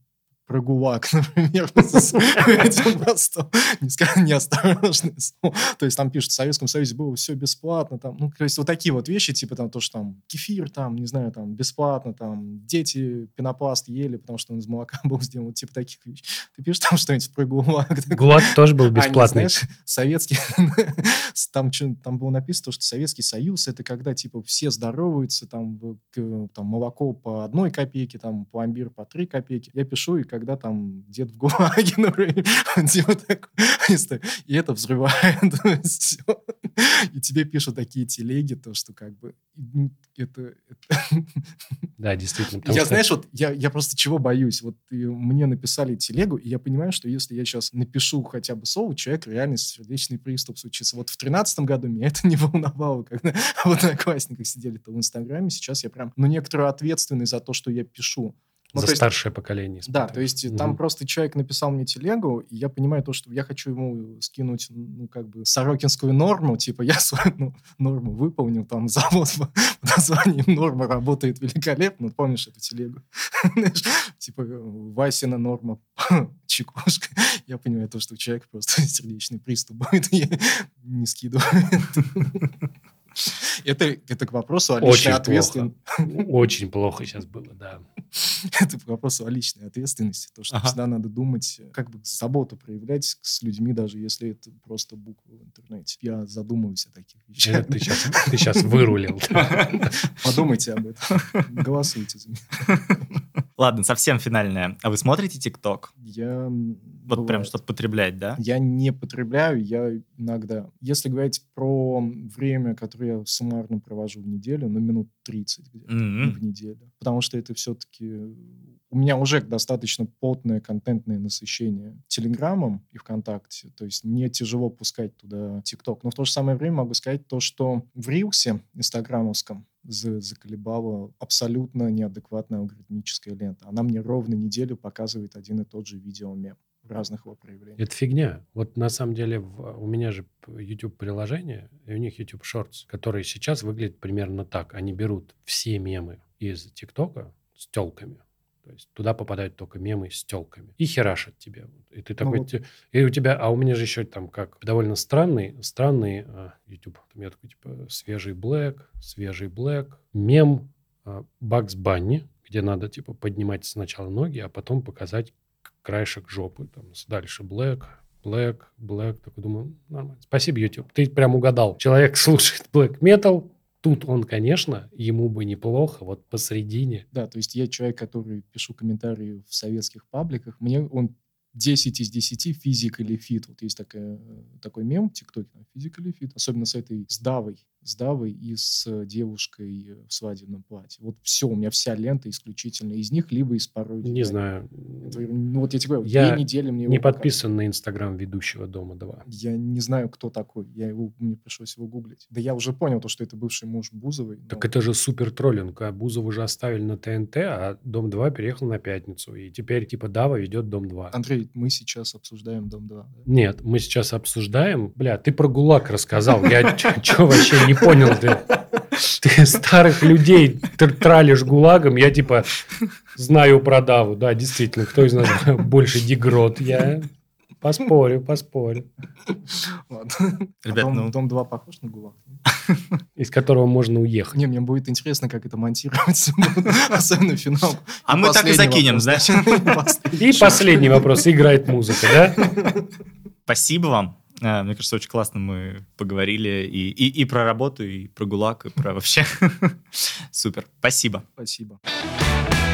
про ГУЛАГ, например, этим постом. Неосторожное слово. То есть там пишут, в Советском Союзе было все бесплатно. Там, ну, то есть вот такие вот вещи, типа там то, что там кефир, там, не знаю, там бесплатно, там дети пенопласт ели, потому что он из молока был сделан, вот типа таких вещей. Ты пишешь там что-нибудь про ГУЛАГ? ГУЛАГ тоже был бесплатный. Знаешь, советский... Там было написано, что Советский Союз — это когда, типа, все здороваются, там молоко по 1 копейке, там пломбир по 3 копейки. Я пишу, и когда там дед в ГУЛАГе, например, типа такой, и это взрывает все. И тебе пишут такие телеги, то, что как бы это... Да, действительно. Я, знаешь, вот я просто чего боюсь? Вот мне написали телегу, и я понимаю, что если я сейчас напишу хотя бы слово, человек реально сердечный приступ случится. Вот в 2013 году меня это не волновало, когда в Одноклассниках сидели-то в Инстаграме. Сейчас я прям, некоторую ответственность за то, что я пишу. За старшее поколение. Да, то есть там просто человек написал мне телегу, и я понимаю то, что я хочу ему скинуть, сорокинскую норму, типа я свою норму выполнил, там завод под названием «Норма» работает великолепно, помнишь эту телегу? Типа Васина норма чекушка. Я понимаю то, что человек просто сердечный приступ будет, и не скидывает. Это к вопросу о личной ответственности. Очень плохо сейчас было, да. Это к вопросу о личной ответственности. То, что всегда надо думать, как бы заботу проявлять с людьми, даже если это просто буквы в интернете. Я задумываюсь о таких вещах. Ты сейчас вырулил. Подумайте об этом. Голосуйте за меня. Ладно, совсем финальное. А вы смотрите ТикТок? Я... Вот прям что-то потреблять, да? Я не потребляю, я иногда... Если говорить про время, которое я суммарно провожу в неделю, минут 30 где-то в неделю. Потому что это все-таки... У меня уже достаточно плотное контентное насыщение Телеграмом и ВКонтакте. То есть мне тяжело пускать туда ТикТок. Но в то же самое время могу сказать то, что в Рилсе инстаграмовском заколебала абсолютно неадекватная алгоритмическая лента. Она мне ровно неделю показывает один и тот же видеомем в разных его проявлениях. Это фигня. Вот на самом деле у меня же YouTube-приложение, и у них YouTube Shorts, которые сейчас выглядят примерно так. Они берут все мемы из ТикТока с телками. То есть туда попадают только мемы с телками. И херашат тебе. И ты такой... И у тебя... А у меня же еще там как довольно странный YouTube. Там я такой, типа, свежий Блэк, мем Бакс Банни, где надо, типа, поднимать сначала ноги, а потом показать краешек жопы. Там дальше Блэк. Такой думаю, нормально. Спасибо, YouTube. Ты прям угадал. Человек слушает Black Metal. Тут он, конечно, ему бы неплохо, вот посередине. Да, то есть я человек, который пишу комментарии в советских пабликах. Мне он 10 из 10 physically fit. Вот есть такой мем в ТикТоке, physically fit. Особенно с этой с Давой и с девушкой в свадебном платье. Вот все, у меня вся лента исключительно из них, либо из пародий. Не знаю. Вот я тебе говорю, 2 недели мне не подписан на Инстаграм ведущего «Дома-2». Я не знаю, кто такой. Мне пришлось его гуглить. Да я уже понял, что это бывший муж Бузовой. Так это же супер троллинг. А Бузову уже оставили на ТНТ, а «Дом-2» переехал на Пятницу. И теперь типа Дава ведет «Дом-2». Андрей, мы сейчас обсуждаем «Дом-2». Да? Нет, мы сейчас обсуждаем... Бля, ты про ГУЛАГ рассказал. Я что вообще не понял ты? Ты старых людей тралишь ГУЛАГом, я типа знаю про Даву. Да, действительно, кто из нас больше дегрот? Я поспорю. Ладно. Ребят, «Дом-2» похож на ГУЛАГ? Из которого можно уехать. Не, мне будет интересно, как это монтировать. Особенно финал. А мы так и закинем, знаешь. И последний вопрос. Играет музыка, да? Спасибо вам. Мне кажется, очень классно мы поговорили и про работу, и про ГУЛАГ, и про вообще. Супер. Спасибо. Спасибо.